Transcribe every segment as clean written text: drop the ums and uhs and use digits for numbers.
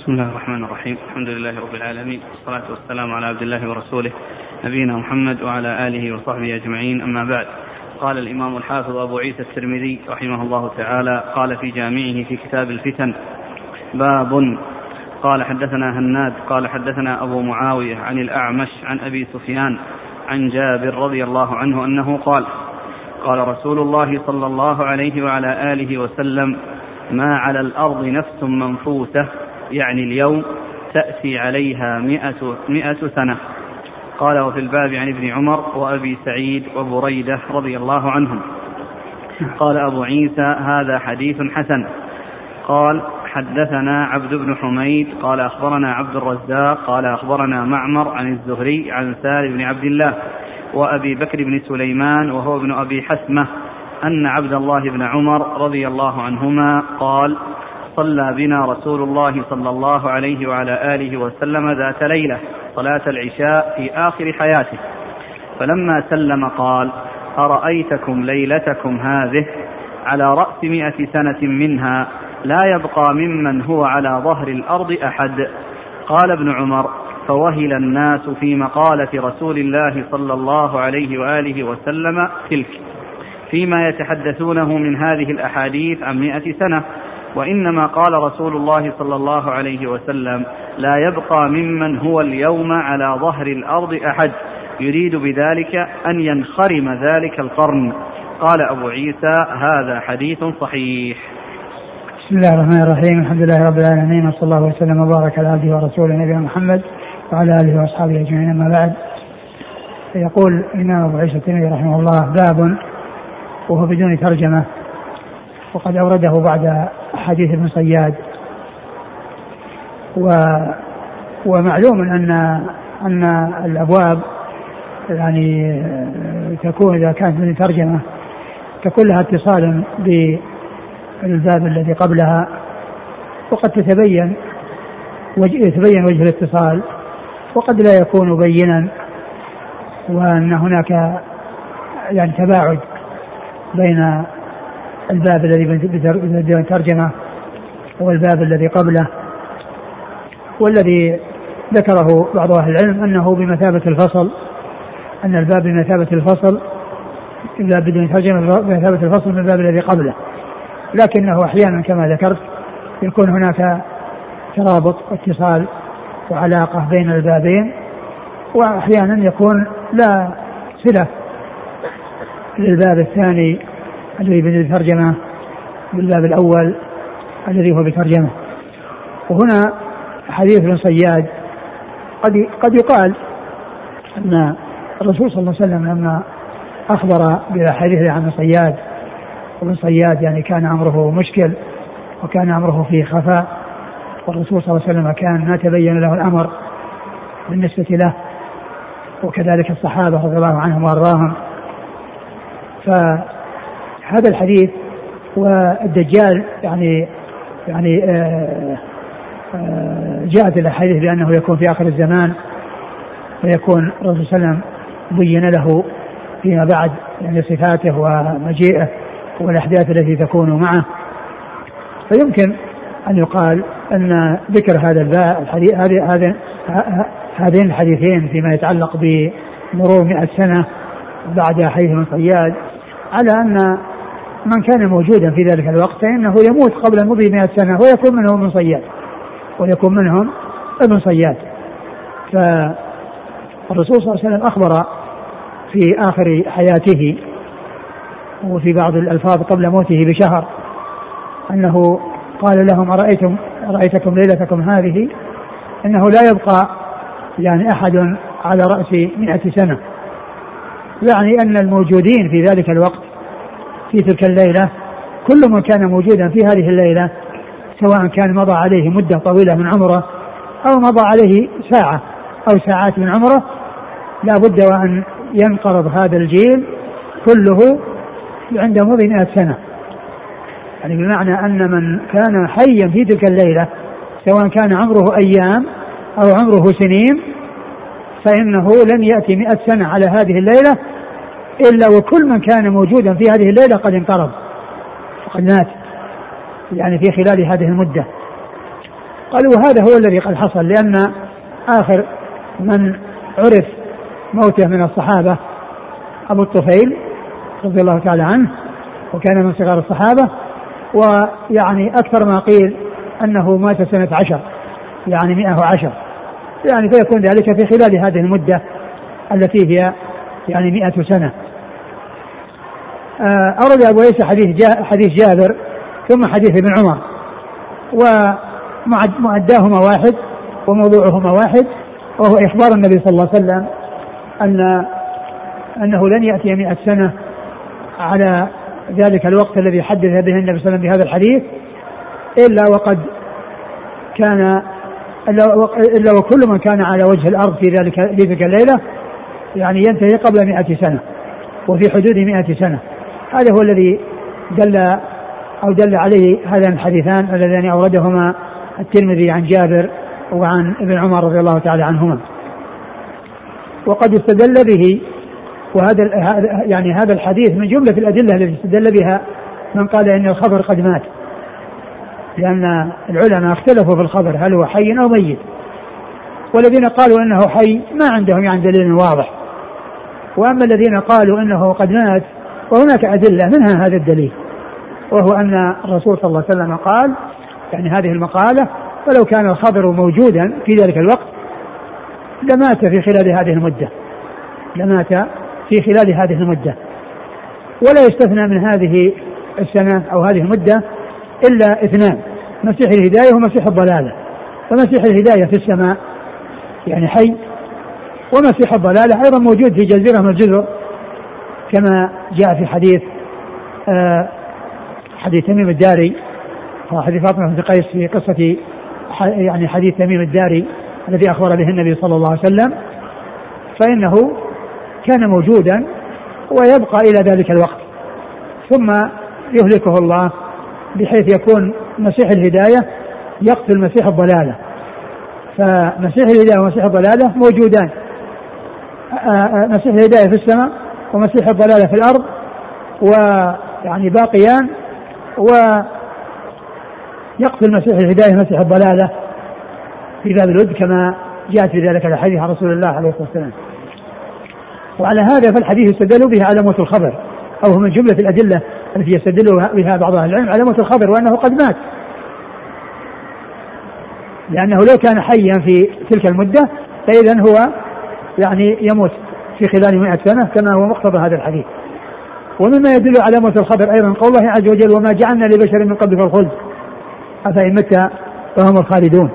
بسم الله الرحمن الرحيم. الحمد لله رب العالمين، والصلاة والسلام على عبد الله ورسوله نبينا محمد وعلى آله وصحبه أجمعين، أما بعد. قال الإمام الحافظ أبو عيسى الترمذي رحمه الله تعالى قال في جامعه في كتاب الفتن: باب. قال حدثنا هناد قال حدثنا أبو معاوية عن الأعمش عن أبي سفيان عن جابر رضي الله عنه أنه قال: قال رسول الله صلى الله عليه وعلى آله وسلم: ما على الأرض نفس منفوسة، يعني اليوم، تأتي عليها 100 سنة. قال: وفي الباب عن ابن عمر وأبي سعيد وبريدة رضي الله عنهم. قال أبو عيسى: هذا حديث حسن. قال: حدثنا عبد بن حميد قال أخبرنا عبد الرزاق قال أخبرنا معمر عن الزهري عن سالم بن عبد الله وأبي بكر بن سليمان وهو ابن أبي حسمة أن عبد الله بن عمر رضي الله عنهما قال: صلى بنا رسول الله صلى الله عليه وعلى آله وسلم ذات ليلة صلاة العشاء في آخر حياته، فلما سلم قال: أرأيتكم ليلتكم هذه على رأس 100 سنة منها لا يبقى ممن هو على ظهر الأرض أحد. قال ابن عمر: فوهل الناس في مقالة رسول الله صلى الله عليه وآله وسلم تلك، فيما يتحدثونه من هذه الأحاديث عن 100 سنة، وإنما قال رسول الله صلى الله عليه وسلم: لا يبقى ممن هو اليوم على ظهر الأرض أحد، يريد بذلك أن ينخرم ذلك القرن. قال أبو عيسى: هذا حديث صحيح. بسم الله الرحمن الرحيم. الحمد لله رب العالمين، وصلى الله وسلم وبارك على عبده ورسوله نبينا محمد وعلى آله وأصحابه أجمعين، أما بعد. يقول الإمام أبو عيسى الترمذي رحمه الله: باب، وهو بدون ترجمة، وقد أورده بعد حديث ابن صياد. ومعلوم أن الأبواب يعني تكون إذا كانت بدون ترجمة تكون لها اتصال بالباب الذي قبلها، وقد يتبين وجه الاتصال، وقد لا يكون بينا، وأن هناك يعني تباعد بين الباب الذي بدون ترجمة والباب الذي قبله. والذي ذكره بعض أهل العلم أنه بمثابة الفصل، أن الباب بمثابة الفصل، الباب بدون ترجمة بمثابة الفصل من الباب الذي قبله، لكنه أحيانا كما ذكرت يكون هناك ترابط واتصال وعلاقة بين البابين، وأحيانا يكون لا صلة للباب الثاني الذي بدون ترجمة بالباب الأول الذي هو بترجمة. وهنا حديث ابن صياد قد يقال أن الرسول صلى الله عليه وسلم لما أخبر بالحديث عن صياد، وابن صياد يعني كان أمره مشكل وكان أمره في خفاء، والرسول صلى الله عليه وسلم كان ما تبين له الأمر بالنسبة له، وكذلك الصحابة رضي الله عنهم وأرضاهم. فهذا الحديث والدجال يعني جاءت الأحاديث بأنه يكون في آخر الزمان، ويكون الرسول صلى الله عليه وسلم بين له فيما بعد يعني صفاته ومجيئه والأحداث التي تكون معه. فيمكن أن يقال أن ذكر هذين الحديثين فيما يتعلق بمرور 100 سنة بعد حديث ابن صياد على أن من كان موجودا في ذلك الوقت فإنه يموت قبل مضي 100 سنة ويكون منهم ابن صياد. فالرسول صلى الله عليه وسلم أخبر في آخر حياته وفي بعض الألفاظ قبل موته بشهر أنه قال لهم: أرأيتكم ليلتكم هذه أنه لا يبقى يعني أحد على رأس 100 سنة، يعني أن الموجودين في ذلك الوقت في تلك الليلة كل من كان موجودا في هذه الليلة، سواء كان مضى عليه مدة طويلة من عمره أو مضى عليه ساعة أو ساعات من عمره، لا بد وأن ينقرض هذا الجيل كله عند مضي 100 سنة. يعني بمعنى أن من كان حيا في تلك الليلة سواء كان عمره أيام أو عمره سنين فإنه لن يأتي 100 سنة على هذه الليلة إلا وكل من كان موجودا في هذه الليلة قد انقرض وقد مات، يعني في خلال هذه المدة. قالوا هذا هو الذي قد حصل، لأن آخر من عرف موته من الصحابة أبو الطفيل رضي الله تعالى عنه، وكان من صغار الصحابة، ويعني أكثر ما قيل أنه مات سنة 10، يعني 110، يعني فيكون ذلك في خلال هذه المدة التي هي يعني 100 سنة. أورد أبو عيسى حديث جابر ثم حديث ابن عمر، ومعداهما واحد وموضوعهما واحد، وهو إخبار النبي صلى الله عليه وسلم أنه لن يأتي 100 سنة على ذلك الوقت الذي حدث به النبي صلى الله عليه وسلم بهذا الحديث إلا وكل من كان على وجه الأرض في تلك الليلة يعني ينتهي قبل 100 سنة وفي حدود 100 سنة. هذا هو الذي دل عليه هذان الحديثان اللذان أوردهما الترمذي عن جابر وعن ابن عمر رضي الله تعالى عنهما. وقد استدل به، وهذا يعني هذا الحديث من جملة الأدلة التي استدل بها من قال إن الخبر قد مات، لأن العلماء اختلفوا في الخبر هل هو حي أو ميت، والذين قالوا إنه حي ما عندهم يعني دليل واضح، وأما الذين قالوا إنه قد مات وهناك أدلة منها هذا الدليل، وهو أن الرسول صلى الله عليه وسلم قال يعني هذه المقالة فلو كان الخبر موجودا في ذلك الوقت لمات في خلال هذه المدة، ولا يستثنى من هذه السنة أو هذه المدة إلا 2: مسيح الهداية ومسيح الضلالة. فمسيح الهداية في السماء يعني حي، ومسيح الضلالة أيضا موجود في جزيرة من الجزر كما جاء في حديث تميم الداري وحديث فاطمة بنت قيس في قصة يعني حديث تميم الداري الذي أخبر به النبي صلى الله عليه وسلم، فإنه كان موجودا ويبقى إلى ذلك الوقت ثم يهلكه الله، بحيث يكون مسيح الهداية يقتل مسيح الضلالة. فمسيح الهداية ومسيح الضلالة موجودان، مسيح الهداية في السماء ومسيح الضلالة في الأرض، ويعني باقيان، ويقتل مسيح الهداية مسيح الضلالة في باب الود كما جاءت في ذلك الحديث عن رسول الله عليه الصلاة والسلام. وعلى هذا فالحديث يستدل به على موت الخبر، أو هو من جملة الأدلة التي يستدل بها بعض أهل العلم على موت الخبر وأنه قد مات، لأنه لو كان حيا في تلك المدة فإذن هو يعني يموت في خلال 100 سنة كما هو مقتضى هذا الحديث. ومما يدل على موت الخبر أيضا قول الله عز وجل: وما جعلنا لبشر من قبلك الخلد أفإن مت فهم الخالدون.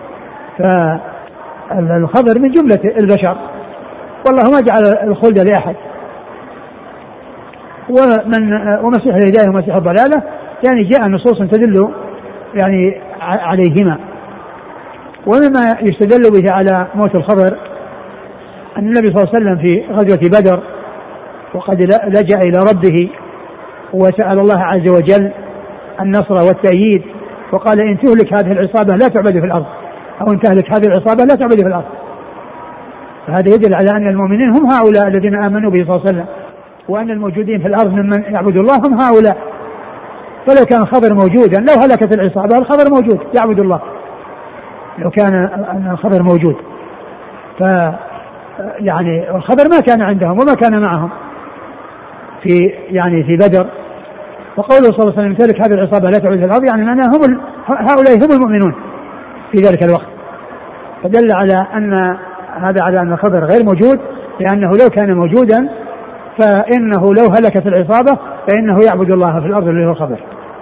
فالخبر من جملة البشر، والله ما جعل الخلد لأحد. ومسيح الهداية ومسيح الضلالة يعني جاء نصوص تدل يعني عليهما. ومما يستدل به على موت الخبر أن النبي صلى الله عليه وسلم في غزوة بدر وقد لجأ إلى ربه وسأل الله عز وجل النصر والتأييد، وقال: إن تهلك هذه العصابة لا تعبد في الأرض، أو إن تهلك هذه العصابة لا تعبد في الأرض. فهذا يدل على أن المؤمنين هم هؤلاء الذين آمنوا به صلى الله عليه وسلم، وأن الموجودين في الأرض ممن يعبد الله هم هؤلاء. فلو كان الخبر موجودا لو هلكت العصابة الخبر موجود يعبد الله، لو كان الخبر موجود. يعني الخبر ما كان عندهم وما كان معهم في بدر. وقوله صلى الله عليه وسلم: تلك هذه العصابة لا تعبد في الأرض، يعني معناه هؤلاء هم المؤمنون في ذلك الوقت. فدل على أن هذا على أن الخبر غير موجود، لأنه لو كان موجودا فإنه لو هلكت العصابة فإنه يعبد الله في الأرض اللي هو الخبر.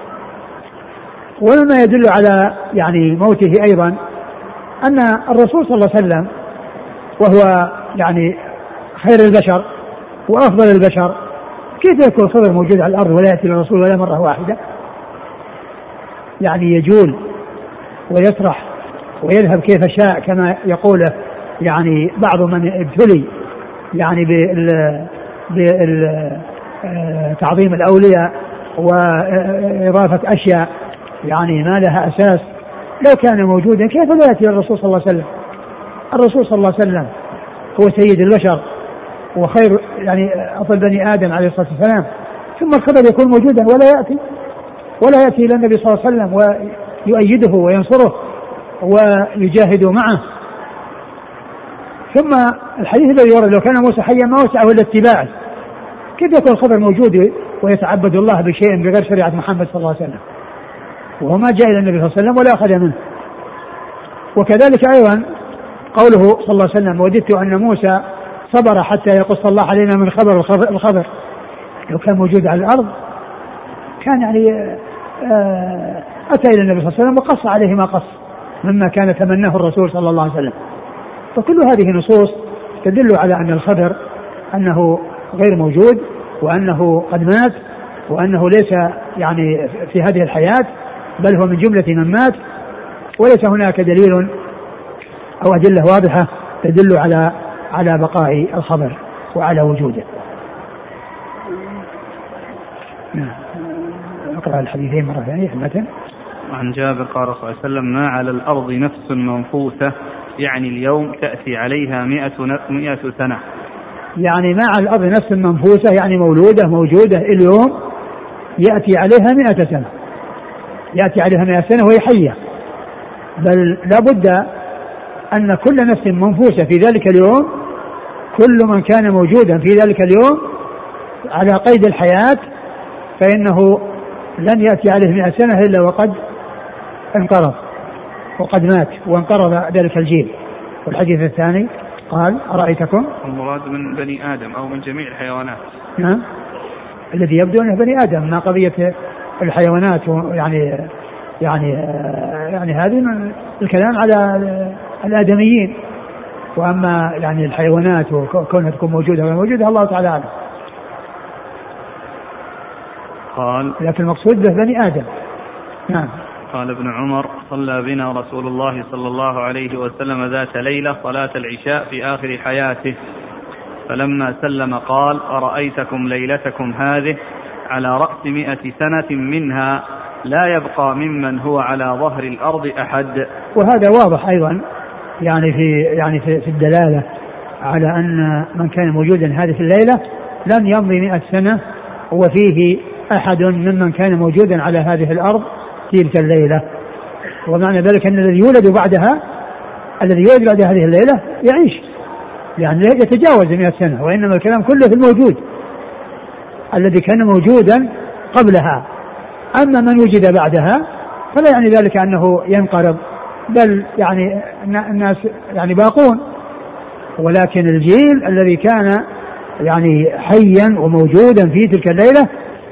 ومما يدل على يعني موته أيضا أن الرسول صلى الله عليه وسلم وهو يعني خير البشر وأفضل البشر، كيف يكون الخبر موجود على الأرض ولا يأتي للرسول ولا مرة واحدة؟ يعني يجول ويسرح ويذهب كيف شاء كما يقوله يعني بعض من ابتلي يعني بتعظيم الأولياء وإضافة أشياء يعني ما لها أساس. لو كان موجودا كيف لا يأتي الرسول صلى الله عليه وسلم؟ الرسول صلى الله عليه وسلم هو سيد البشر وخير يعني أفضل بني آدم عليه الصلاة والسلام، ثم الخبر يكون موجودا ولا يأتي إلى النبي صلى الله عليه وسلم ويؤيده وينصره ويجاهدوا معه. ثم الحديث الذي ورد لو كان موسى حيا ما وسعه الا اتباعه، كيف يكون الخضر موجود ويتعبد الله بشيء بغير شريعة محمد صلى الله عليه وسلم، وهو ما جاء الى النبي صلى الله عليه وسلم ولا اخذ منه. وكذلك ايضا قوله صلى الله عليه وسلم وددت ان موسى صبر حتى يقص الله علينا من خبر الخضر، لو كان موجود على الارض كان يعني اتى الى النبي صلى الله عليه وسلم وقص عليه ما قص مما كان تمناه الرسول صلى الله عليه وسلم. فكل هذه نصوص تدل على ان الخضر انه غير موجود، وانه قد مات، وانه ليس يعني في هذه الحياة، بل هو من جملة من مات، وليس هناك دليل او ادلة واضحة تدل على بقاء الخضر وعلى وجوده. اقرأ الحديثين مرة ثانية في المتن. عن جابر قال صلى الله عليه وسلم ما على الأرض نفس منفوسة، يعني اليوم تأتي عليها 100 سنة. يعني ما على الأرض نفس منفوسة يعني مولودة موجودة اليوم يأتي عليها 100 سنة، يأتي عليها 100 سنة وهي حية، بل لا بد أن كل نفس منفوسة في ذلك اليوم، كل من كان موجودا في ذلك اليوم على قيد الحياة فإنه لن يأتي عليه 100 سنة إلا وقد انقرض وقد مات وانقرض ذلك الجيل. والحديث الثاني قال أرأيتكم، المراد من بني آدم أو من جميع الحيوانات. نعم، الذي يبدو أنه بني آدم، ما قضية الحيوانات يعني هذه الكلام على الآدميين، وأما يعني الحيوانات وكونها تكون موجودة ولا موجودة الله تعالى أعلم. قال لكن المقصود به بني آدم. نعم. قال ابن عمر صلى بنا رسول الله صلى الله عليه وسلم ذات ليلة صلاة العشاء في آخر حياته، فلما سلم قال أرأيتكم ليلتكم هذه على رأس 100 سنة منها لا يبقى ممن هو على ظهر الأرض أحد. وهذا واضح أيضا يعني في الدلالة على أن من كان موجودا هذه الليلة لم يمضي 100 سنة وفيه أحد ممن كان موجودا على هذه الأرض تلك الليلة. ومعنى ذلك أن الذي يولد بعد هذه الليلة يعيش، يعني يتجاوز 100 سنة، وإنما الكلام كله في الموجود الذي كان موجودا قبلها. أما من وجد بعدها فلا يعني ذلك أنه ينقرض، بل يعني الناس يعني باقون، ولكن الجيل الذي كان يعني حيا وموجودا في تلك الليلة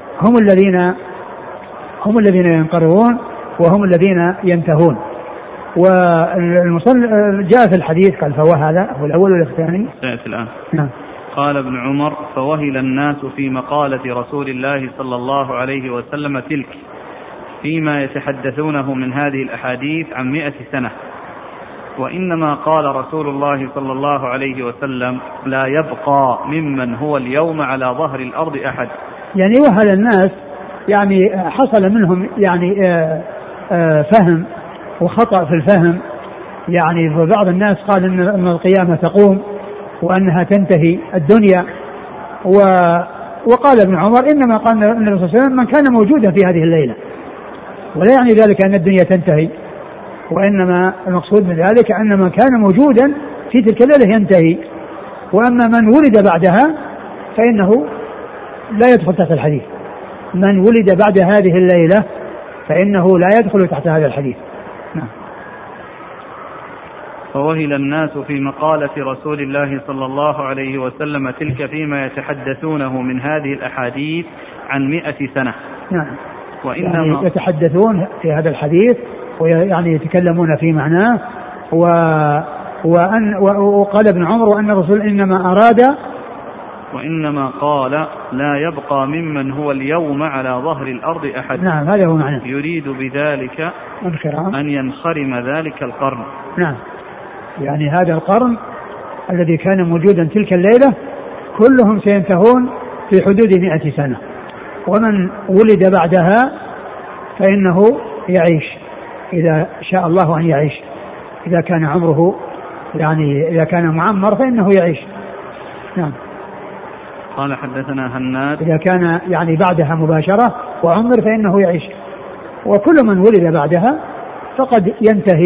هم الذين ينقرضون وهم الذين ينتهون. والمصنف جاء في الحديث قال فهو هذا هو الأول ولا الثاني؟ الآن. نعم. قال ابن عمر فوهل الناس في مقالة رسول الله صلى الله عليه وسلم تلك فيما يتحدثونه من هذه الأحاديث عن 100 سنة، وإنما قال رسول الله صلى الله عليه وسلم لا يبقى ممن هو اليوم على ظهر الأرض أحد. يعني وهل الناس يعني حصل منهم يعني فهم وخطأ في الفهم، يعني وبعض الناس قال أن القيامة تقوم وأنها تنتهي الدنيا، وقال ابن عمر إنما قال النبي صلى الله عليه وسلم من كان موجودا في هذه الليلة، ولا يعني ذلك أن الدنيا تنتهي، وإنما المقصود من ذلك أن من كان موجودا في تلك الليلة ينتهي، وأما من ولد بعدها فإنه لا يدخل تحت الحديث. من ولد بعد هذه الليلة فإنه لا يدخل تحت هذا الحديث. نعم. فوهل الناس في مقالة رسول الله صلى الله عليه وسلم تلك فيما يتحدثونه من هذه الأحاديث عن 100 سنة. نعم. وإنما يعني يتحدثون في هذا الحديث ويعني يتكلمون في معناه، وقال ابن عمر وأن الرسول إنما أراد وإنما قال لا يبقى ممن هو اليوم على ظهر الأرض أحد. نعم هذا هو معناه. يريد بذلك أن ينخرم ذلك القرن. نعم، يعني هذا القرن الذي كان موجودا تلك الليلة كلهم سينتهون في حدود 100 سنة، ومن ولد بعدها فإنه يعيش إذا شاء الله أن يعيش، إذا كان عمره يعني إذا كان معمر فإنه يعيش. نعم. قال حدثنا هناد إذا كان يعني بعدها مباشرة وعمر فإنه يعيش، وكل من ولد بعدها فقد ينتهي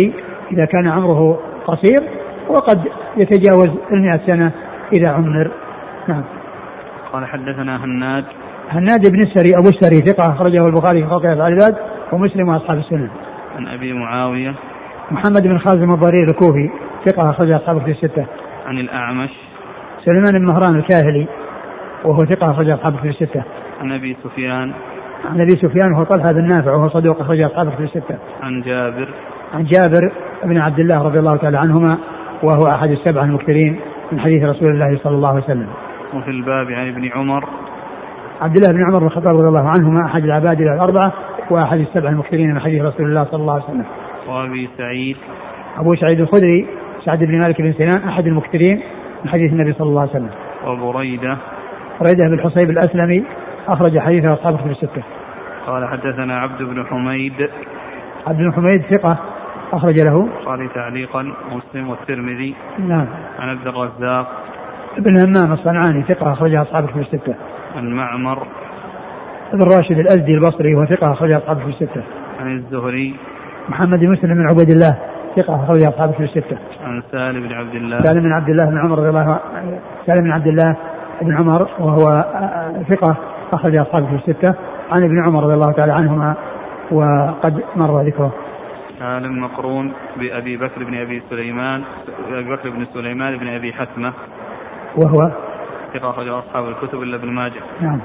إذا كان عمره قصير، وقد يتجاوز 100 سنة إذا عمر. نعم. قال حدثنا هناد بن السري أبو السري ثقة أخرجه البخاري في خلق أفعال العباد ومسلم وأصحاب السنن. عن أبي معاوية محمد بن خازم الضرير الكوفي ثقة أخرج أصحاب في الستة. عن الأعمش سليمان بن مهران الكاهلي وهو ثقة أخرج أصحاب في الستة. عن أبي سفيان وهو طلحة بن نافع وهو صدوق أخرج أصحاب في الستة. عن جابر بن عبد الله رضي الله تعالى عنهما وهو أحد السبعة المكثرين من حديث رسول الله صلى الله عليه وسلم. وفي الباب عن ابن عمر عبد الله بن عمر بن الخطاب رضي الله عنهما أحد العباد الأربعة وأحد السبعة المكثرين من حديث رسول الله صلى الله عليه وسلم. وأبي سعيد أبو سعيد الخدري سعد بن مالك بن سنان أحد المكثرين من حديث النبي صلى الله عليه وسلم. وبريدة بن الحصيب الأسلمي أخرج حديثه أصحابه في الستة. قال حدثنا عبد بن حميد ثقة أخرج له قال تعليقا مسلم والترمذي. نعم. عن عبد الرزاق ابن همام الصنعاني ثقة أخرجها أصحابه في الستة. عن معمر ابن راشد الأزدي البصري وثقة أخرجها أصحابه في الستة. عن الزهري محمد بن مسلم بن عبيد الله ثقة أخرجها أصحابه في الستة. عن سالم بن عبد الله بن عمر رضي الله سالم بن عبد الله بن عمر وهو ثقة أخرج أصحابه في الستة. عن ابن عمر رضي الله تعالى عنهما وقد مر ذكره. سالم مقرون بأبي بكر بن سليمان بن أبي حتمة وهو ثقة أخرج أصحاب الكتب إلا ابن ماجه. نعم.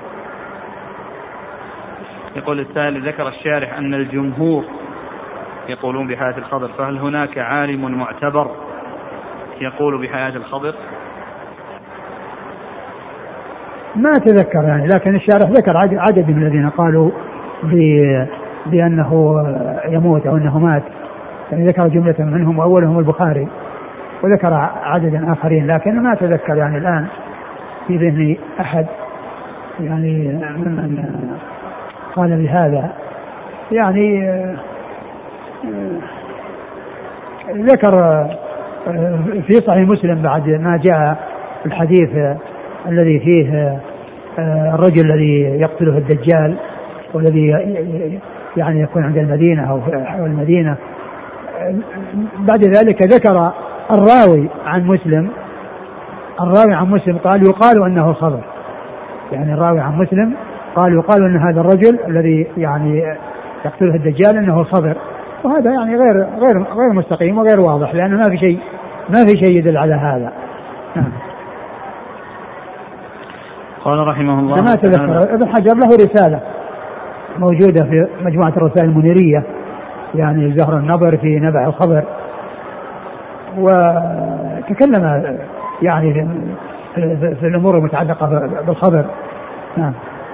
يقول السائل ذكر الشارح أن الجمهور يقولون بحياة الخضر، فهل هناك عالم معتبر يقول بحياة الخضر؟ ما أتذكر يعني، لكن الشارح ذكر عدد من الذين قالوا بأنه يموت أو أنه مات، يعني ذكر جملة منهم وأولهم البخاري، وذكر عددا آخرين، لكن ما أتذكر يعني الآن في ذهني أحد يعني من قال بهذا. يعني ذكر في صحيح مسلم بعد ما جاء الحديث الذي فيه الرجل الذي يقتله الدجال والذي يعني يكون عند المدينة أو حول المدينة، بعد ذلك ذكر الراوي عن مسلم قال يقال أنه الخضر، يعني الراوي عن مسلم قال يقال أن هذا الرجل الذي يعني يقتله الدجال أنه الخضر، وهذا يعني غير مستقيم وغير واضح، لأن ما في شيء يدل على هذا. قال رحمه الله ما تذكر. ابن حجر له رسالة موجودة في مجموعة الرسائل المنيرية، يعني زهر النظر في نبع الخضر، وتكلم يعني في الأمور المتعلقة بالخضر. نعم.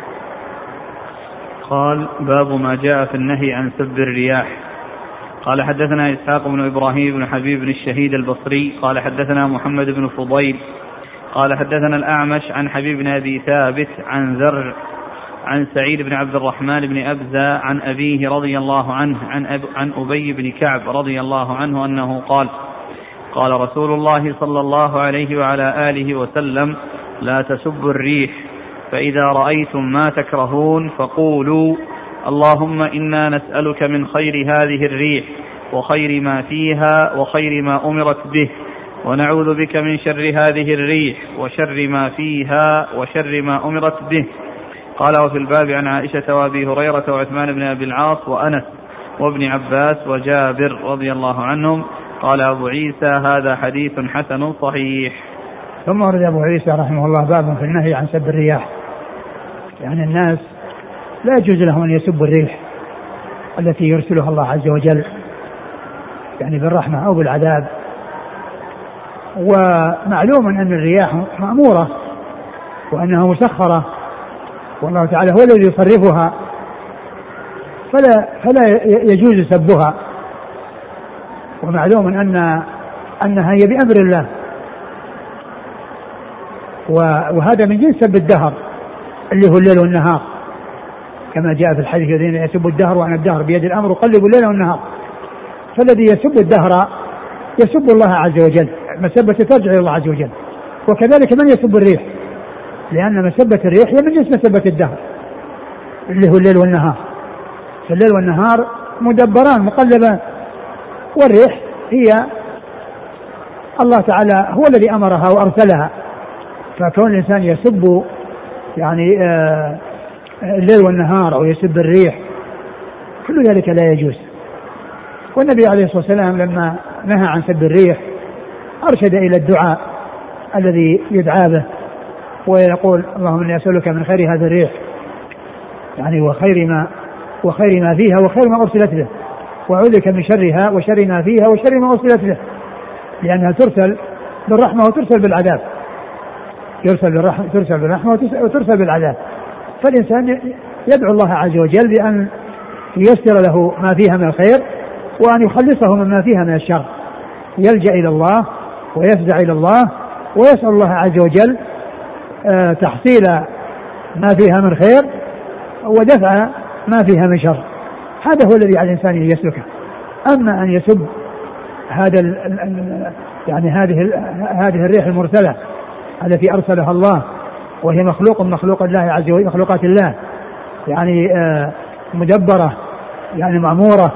قال باب ما جاء في النهي عن سب الرياح. قال حدثنا إسحاق بن إبراهيم بن حبيب بن الشهيد البصري قال حدثنا محمد بن فضيل قال حدثنا الأعمش عن حبيب بن أبي ثابت عن ذر عن سعيد بن عبد الرحمن بن أبزة عن أبيه رضي الله عنه عن أبي بن كعب رضي الله عنه أنه قال رسول الله صلى الله عليه وعلى آله وسلم لا تسبوا الريح، فإذا رأيتم ما تكرهون فقولوا اللهم إنا نسألك من خير هذه الريح وخير ما فيها وخير ما أمرت به، ونعوذ بك من شر هذه الريح وشر ما فيها وشر ما أمرت به. قال وفي الباب عن عائشة وأبي هريرة وعثمان بن أبي العاص وأنس وابن عباس وجابر رضي الله عنهم. قال أبو عيسى هذا حديث حسن صحيح. ثم ورد أبو عيسى رحمه الله باب في النهي عن سب الرياح، يعني الناس لا يجوز لهم أن يسبوا الريح التي يرسلها الله عز وجل يعني بالرحمة أو بالعذاب، ومعلوم أن الرياح مأمورة وأنها مسخرة والله تعالى هو الذي يصرفها، فلا يجوز سبها، ومعلوم أنها هي بأمر الله، وهذا من جنس سب الدهر اللي هو الليل والنهار، كما جاء في الحديث الذين يسب الدهر وأنا الدهر بيد الأمر قلب الليل والنهار. فالذي يسب الدهر يسب الله عز وجل، مسبة ترجع إلى الله عز وجل، وكذلك من يسب الريح، لأن مسبة الريح هي من جنس مسبة الدهر اللي هو الليل والنهار، فالليل والنهار مدبران مقلبان، والريح هي الله تعالى هو الذي أمرها وأرسلها، فكون الإنسان يسب يعني الليل والنهار أو يسب الريح كل ذلك لا يجوز. والنبي عليه الصلاة والسلام لما نهى عن سب الريح أرشد إلى الدعاء الذي يدعى به ويقول اللهم إني أسألك من خير هذا الريح، يعني وخير ما فيها وخير ما أرسلت به، وأعوذ بك من شرها وشر ما فيها وشر ما أرسلت به، لأنها ترسل بالرحمة وترسل بالعذاب، ترسل بالرحمة وترسل بالعذاب. فالإنسان يدعو الله عز وجل بأن ييسر له ما فيها من الخير وأن يخلصه مما فيها من الشر، يلجأ إلى الله ويفزع إلى الله ويسأل الله عز وجل تحصيل ما فيها من خير ودفع ما فيها من شر. هذا هو الذي على الإنسان أن يسلكه. أما أن يسب يعني هذه الريح المرسلة التي أرسلها الله وهي مخلوق الله عز وجل، مخلوقات الله يعني مدبرة يعني معمورة،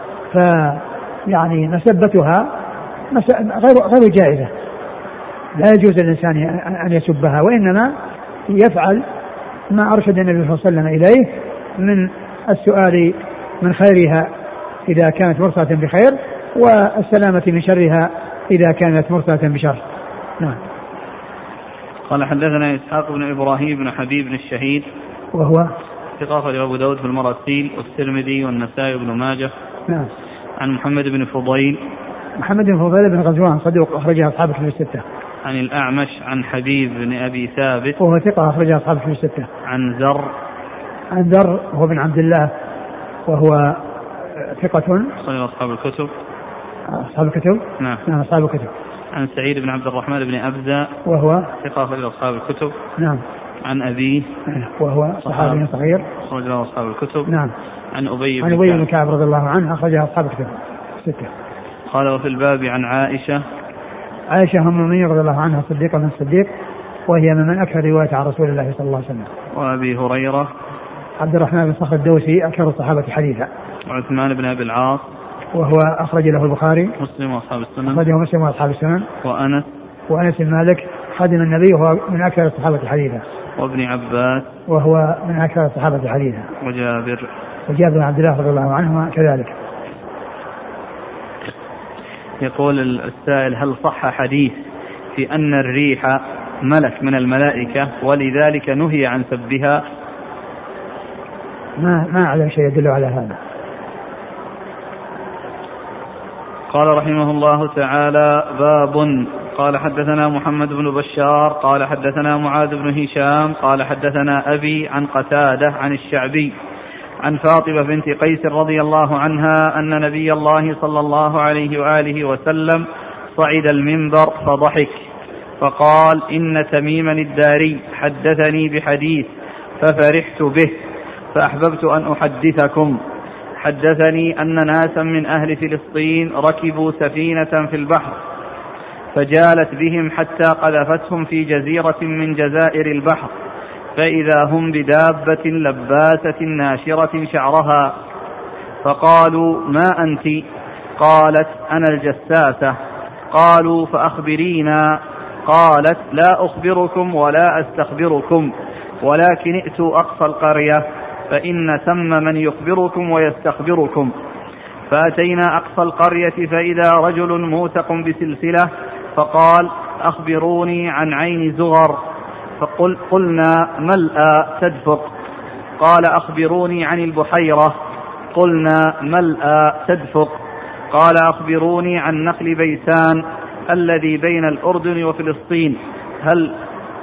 فيعني مسبتها غير جائزة، لا يجوز للإنسان أن يسبها، وإنما يفعل ما أرشد النبي صلى الله عليه وسلم إليه من السؤال من خيرها إذا كانت مرسلة بخير والسلامة من شرها إذا كانت مرسلة بشر. نعم. قال حدثنا إسحاق بن إبراهيم بن حبيب بن الشهيد وهو ثقة لأبو داود في المراسيل والترمذي والنسائي بن ماجه. نعم. عن محمد بن فضيل بن غزوان صدوق أخرجها أصحاب الكتب الستة. عن الأعمش عن حبيب بن أبي ثابت وهو ثقة أخرجها أصحاب الكتب الستة. عن ذر هو بن عبد الله وهو ثقة صحيح أصحاب الكتب. نعم أصحاب الكتب. عن سعيد بن عبد الرحمن بن أبزة وهو ثقة صحيح أصحاب الكتب. نعم. عن أبيه وهو صحابي صغير أخرج له أصحاب الكتب. نعم. عن أبي بن كعب رضي الله عنه أخرجها أصحاب الكتب الستة. قال وفي الباب عن عائشة أم المؤمنين رضي الله عنها صديقة من الصديق، وهي من أكثر رواية عن رسول الله صلى الله عليه وسلم. وأبي هريرة عبد الرحمن بن صخر الدوسي أكثر الصحابة حديثا. وعثمان بن أبي العاص وهو أخرج له البخاري مسلم وأصحاب السنن. أخرجه مسلم وأصحاب السنن. وأنس بن مالك خادم النبي وهو من أكثر الصحابة حديثا. وابن عباس وهو من أكثر الصحابة حديثا. وجابر بن عبد الله رضي الله عنهما كذلك. يقول السائل هل صح حديث في أن الريح ملك من الملائكة ولذلك نهي عن سبها؟ ما أعلم شيء يدل على هذا. قال رحمه الله تعالى باب. قال حدثنا محمد بن بشار قال حدثنا معاذ بن هشام قال حدثنا أبي عن قتادة عن الشعبي عن فاطمة بنت قيس رضي الله عنها أن نبي الله صلى الله عليه وآله وسلم صعد المنبر فضحك فقال إن تميما الداري حدثني بحديث ففرحت به فأحببت أن أحدثكم. حدثني أن ناسا من أهل فلسطين ركبوا سفينة في البحر فجالت بهم حتى قذفتهم في جزيرة من جزائر البحر، فإذا هم بدابة لباسة ناشرة شعرها، فقالوا ما أنت؟ قالت أنا الجساسة. قالوا فأخبرينا. قالت لا أخبركم ولا أستخبركم، ولكن ائتوا أقصى القرية فإن ثم من يخبركم ويستخبركم. فأتينا أقصى القرية فإذا رجل موثق بسلسلة فقال أخبروني عن عين زغر. فقلنا ملأ تدفق. قال أخبروني عن البحيرة. قلنا ملأ تدفق. قال أخبروني عن نخل بيسان الذي بين الأردن وفلسطين هل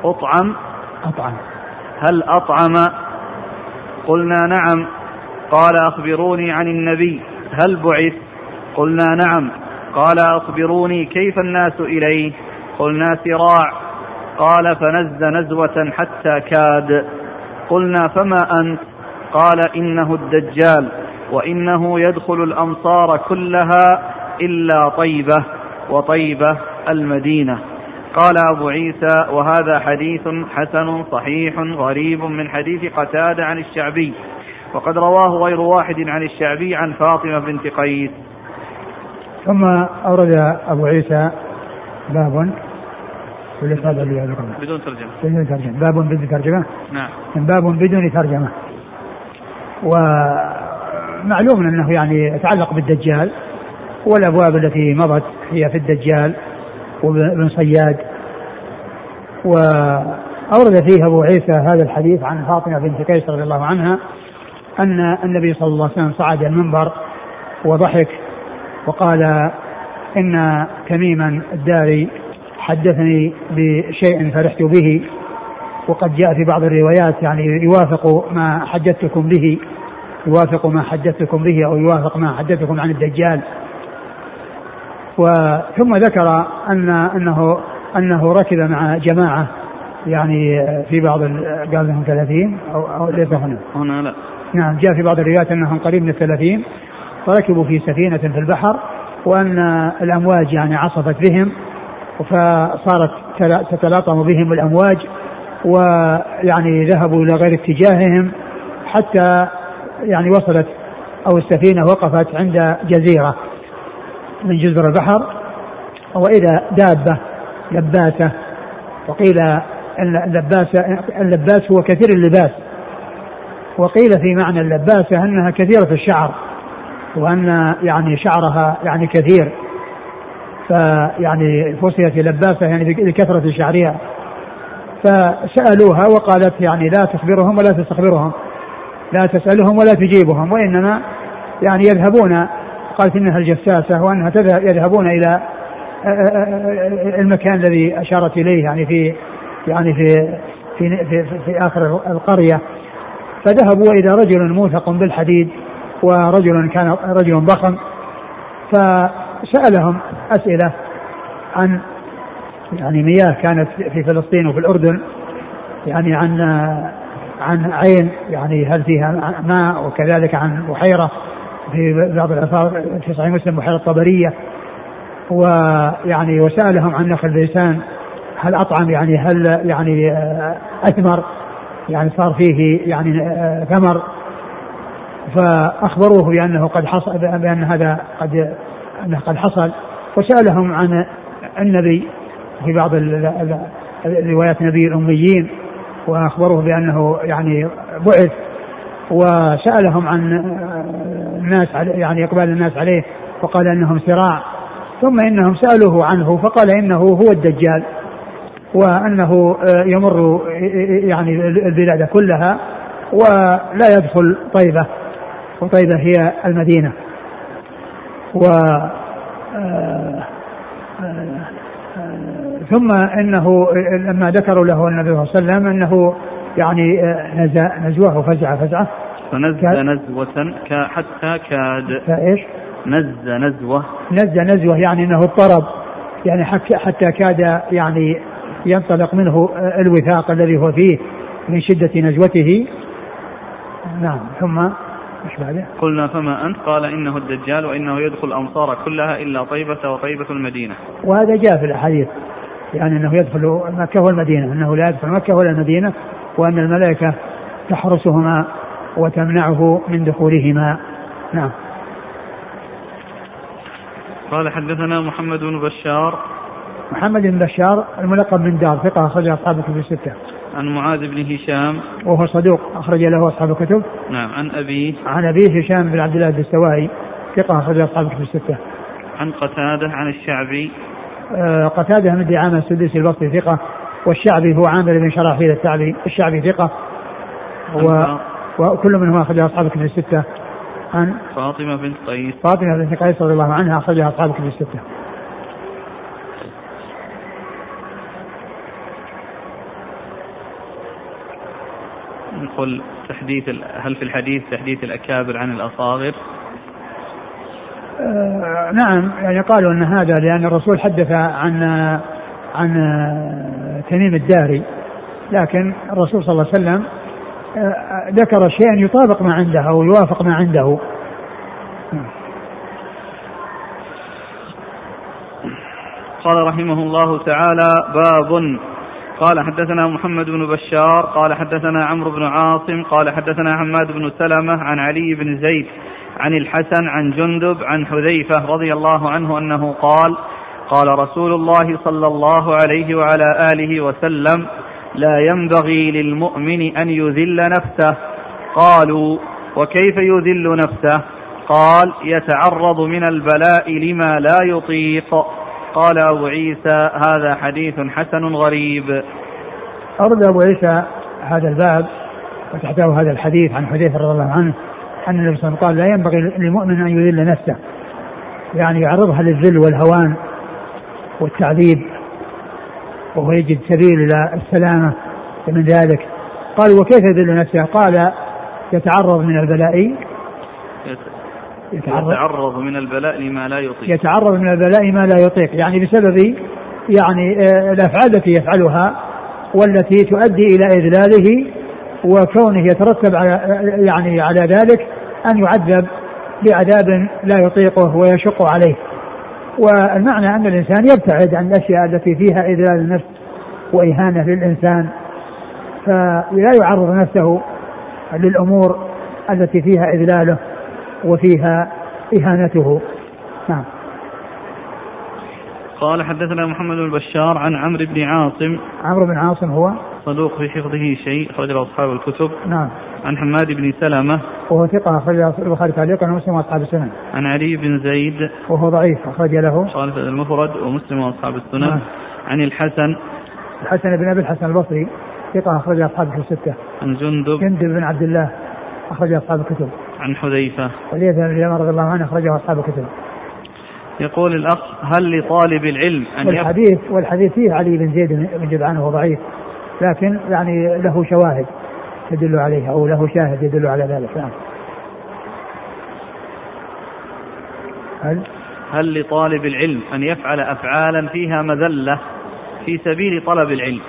أطعم؟ قلنا نعم. قال أخبروني عن النبي هل بعث؟ قلنا نعم. قال أخبروني كيف الناس إليه؟ قلنا سراع. قال فنز نزوة حتى كاد. قلنا فما أنت؟ قال إنه الدجال وإنه يدخل الأمصار كلها إلا طيبة، وطيبة المدينة. قال أبو عيسى وهذا حديث حسن صحيح غريب من حديث قتادة عن الشعبي، وقد رواه غير واحد عن الشعبي عن فاطمة بنت قيس. ثم أورد أبو عيسى باب بدون ترجمة. باب بدون ترجمة. نعم. باب بدون ترجمة. ومعلوم أنه يعني يتعلق بالدجال، والأبواب التي مضت هي في الدجال وابن صياد. وأورد فيه أبو عيسى هذا الحديث عن فاطمة بنت قيس رضي الله عنها أن النبي صلى الله عليه وسلم صعد المنبر وضحك وقال إن تميما الداري حدثني بشيء فرحت به، وقد جاء في بعض الروايات يعني يوافق ما حدثتكم به أو يوافق ما حدثتكم عن الدجال. ثم ذكر أنه ركب مع جماعة يعني في بعض قال لهم 30 أو ليس هنا لا. نعم، جاء في بعض الروايات أنهم قريب من 30 فركبوا في سفينة في البحر، وأن الأمواج يعني عصفت بهم فصارت تتلاطم بهم الأمواج، ويعني ذهبوا إلى غير اتجاههم حتى يعني وصلت أو السفينة وقفت عند جزيرة من جزر البحر، وإذا دابة لباسة، وقيل اللباس هو كثير اللباس، وقيل في معنى اللباسة أنها كثيرة الشعر، وأن يعني شعرها يعني كثير، فيعني فصيت لباسة يعني لكثرة شعرها. فسألوها وقالت يعني لا تخبرهم ولا تستخبرهم، لا تسألهم ولا تجيبهم، وإنما يعني يذهبون، قالت إنها الجساسة، وأنها يذهبون إلى المكان الذي أشارت إليه يعني في آخر القرية. فذهبوا إلى رجل موثق بالحديد، ورجل كان رجل ضخم، فسألهم أسئلة عن يعني مياه كانت في فلسطين وفي الأردن، يعني عن عين يعني هل فيها ماء، وكذلك عن بحيرة في بعض الآثار في صحيح مسلم بحيرة الطبرية، ويعني وسألهم عن نخل بيسان هل أطعم يعني هل يعني أثمر يعني صار فيه يعني ثمر، فأخبروه بأنه قد حصل، بأن هذا قد حصل. وسألهم عن النبي في بعض الروايات نبي الأميين، وأخبروه بأنه يعني بعث. وسألهم عن الناس يعني إقبال الناس عليه، فقال إنهم سراع. ثم إنهم سألوه عنه فقال إنه هو الدجال، وأنه يمر يعني البلاد كلها ولا يدخل طيبة، وطيبة هي المدينة. ثم إنه لما ذكروا له النبي صلى الله عليه وسلم أنه يعني نزوه فزعة فنزل نزوة حتى كاد. فإيش؟ نزوة يعني أنه اضطرب، يعني حتى كاد يعني ينطلق منه الوثاق الذي هو فيه من شدة نزوته. نعم. ثم مش بعده؟ قلنا فما أنت؟ قال إنه الدجال، وإنه يدخل الأمصار كلها إلا طيبة وطيبة المدينة. وهذا جاء في الحديث يعني أنه يدخل مكة والمدينة، أنه لا يدخل مكة ولا المدينة، وأن الملائكة تحرسهما وتمنعه من دخولهما. نعم. قال حدثنا محمد بن بشار الملقب من دار، ثقة أخرج أصحاب الكتب الستة. عن معاذ بن هشام وهو صدوق أخرج له أصحاب الكتب. نعم. عن أبيه هشام بن عبد الله الدستوائي، ثقة أخرج أصحاب الكتب الستة. عن قتادة عن الشعبي. قتادة من دعامة السدوسي البصري ثقة، والشعبي هو عامر بن شراحيل الشعبي ثقة، وكل منهم أخرج أصحاب الكتب الستة. عن فاطمة بنت قيس رضي الله عنها أخرج أصحاب الكتب الستة. نقول هل في الحديث تحديث الأكابر عن الأصاغر؟ نعم، يعني قالوا أن هذا لأن الرسول حدث عن تميم الداري، لكن الرسول صلى الله عليه وسلم ذكر شيئا يطابق ما عنده أو يوافق ما عنده. قال رحمه الله تعالى: باب. قال حدثنا محمد بن بشار قال حدثنا عمرو بن عاصم قال حدثنا حماد بن سلمة عن علي بن زيد عن الحسن عن جندب عن حذيفة رضي الله عنه أنه قال: قال رسول الله صلى الله عليه وعلى آله وسلم: لا ينبغي للمؤمن أن يذل نفسه. قالوا: وكيف يذل نفسه؟ قال: يتعرض من البلاء لما لا يطيق. قال أبو عيسى: هذا حديث حسن غريب. أرد أبو عيسى هذا الباب وتحته هذا الحديث عن حذيفة رضي الله عنه أن النبي صلى الله عليه وسلم قال: لا ينبغي للمؤمن أن يذل نفسه، يعني يعرضها للذل والهوان والتعذيب، وهو يجد سبيل إلى السلامة من ذلك. قال: وكيف يذل نفسه؟ قال: يتعرض من البلاء يتعرض من البلاء لما لا يطيق. يتعرض من البلاء ما لا يطيق، يعني بسبب الأفعال التي يفعلها والتي تؤدي إلى إذلاله، وكونه يترتب على ذلك أن يعذب بعذاب لا يطيقه ويشق عليه. والمعنى أن الإنسان يبتعد عن الأشياء التي فيها إذلال النفس وإهانة للإنسان، فلا يعرض نفسه للأمور التي فيها إذلاله وفيها إهانته. نعم. قال: حدثنا محمد بن بشار عن عمرو بن عاصم. عمرو بن عاصم هو صدوق في حفظه شيء، أخرج له أصحاب الكتب. نعم. عن حماد بن سلمة وهو ثقة، أخرج له البخاري تعليقا ومسلم وأصحاب السنن. عن علي بن زيد وهو ضعيف، أخرج له خالف المفرد ومسلم وأصحاب السنن. نعم. عن الحسن بن أبي الحسن البصري ثقة، أخرج أصحاب الستة. عن جندب بن عبد الله، أخرج أصحاب الكتب. عن حذيفة رضي الله عنه، أخرجه أصحاب الكتب. يقول الأخ: هل لطالب العلم أن والحديث فيه علي بن زيد بن جدعان وهو ضعيف، لكن يعني له شواهد تدل عليه، أو له شاهد يدل على ذلك. نعم. هل لطالب العلم أن يفعل أفعالا فيها مذلة في سبيل طلب العلم؟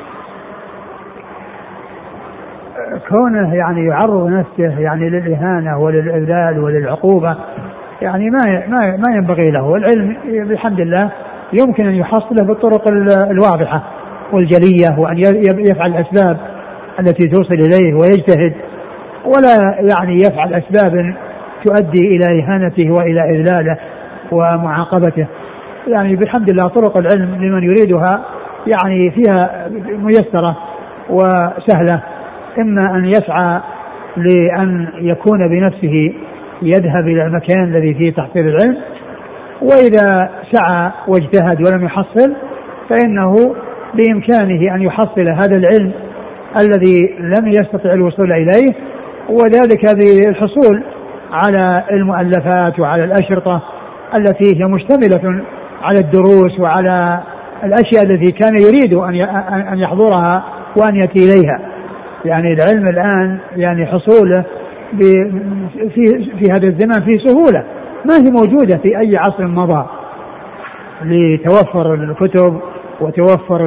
كونه يعني يعرض نفسه يعني للإهانة وللإذلال وللعقوبة، يعني ما ينبغي له. العلم بحمد الله يمكن أن يحصله بالطرق الواضحة والجلية، وأن يفعل الأسباب التي توصل إليه ويجتهد، ولا يعني يفعل أسباب تؤدي إلى إهانته وإلى إذلاله ومعاقبته. يعني بحمد الله طرق العلم لمن يريدها يعني فيها ميسرة وسهلة، إما أن يسعى لأن يكون بنفسه يذهب إلى المكان الذي فيه تحصيل العلم، وإذا سعى واجتهد ولم يحصل فإنه بإمكانه أن يحصل هذا العلم الذي لم يستطع الوصول إليه، وذلك بالحصول على المؤلفات وعلى الأشرطة التي هي مشتملة على الدروس وعلى الأشياء التي كان يريد أن يحضرها وأن يأتي إليها. يعني العلم الآن يعني حصوله في هذا الزمان في سهولة ما هي موجودة في أي عصر مضى، لتوفر الكتب وتوفر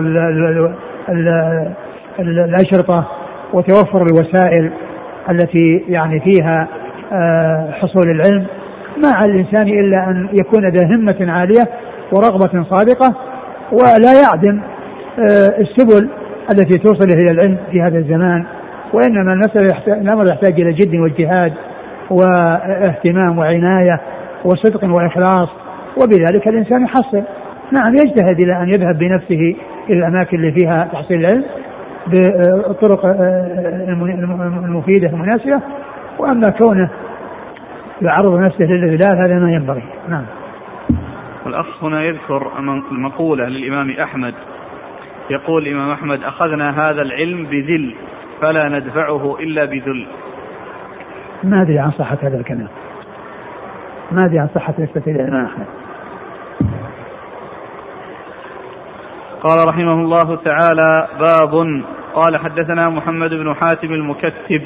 الأشرطة وتوفر الوسائل التي يعني فيها حصول العلم. ما على الإنسان إلا أن يكون ذا همة عالية ورغبة صادقة، ولا يعدم السبل التي توصل إلى العلم في هذا الزمان. وإنما الأمر يحتاج إلى جد واجتهاد واهتمام وعناية وصدق وإخلاص، وبذلك الإنسان يحصل. نعم، يجتهد إلى أن يذهب بنفسه إلى الأماكن اللي فيها تحصيل العلم بالطرق المفيدة المناسبة، وأما كونه يعرض نفسه للإذلال هذا ما ينبغي. نعم. والأخ هنا يذكر المقولة للإمام أحمد، يقول الإمام أحمد: أخذنا هذا العلم بذل فلا ندفعه إلا بذل. ما أدري عن صحة هذا الكلام، ما أدري عن صحة نسبة الإمام أحمد. قال رحمه الله تعالى: باب. قال: حدثنا محمد بن حاتم المكتب،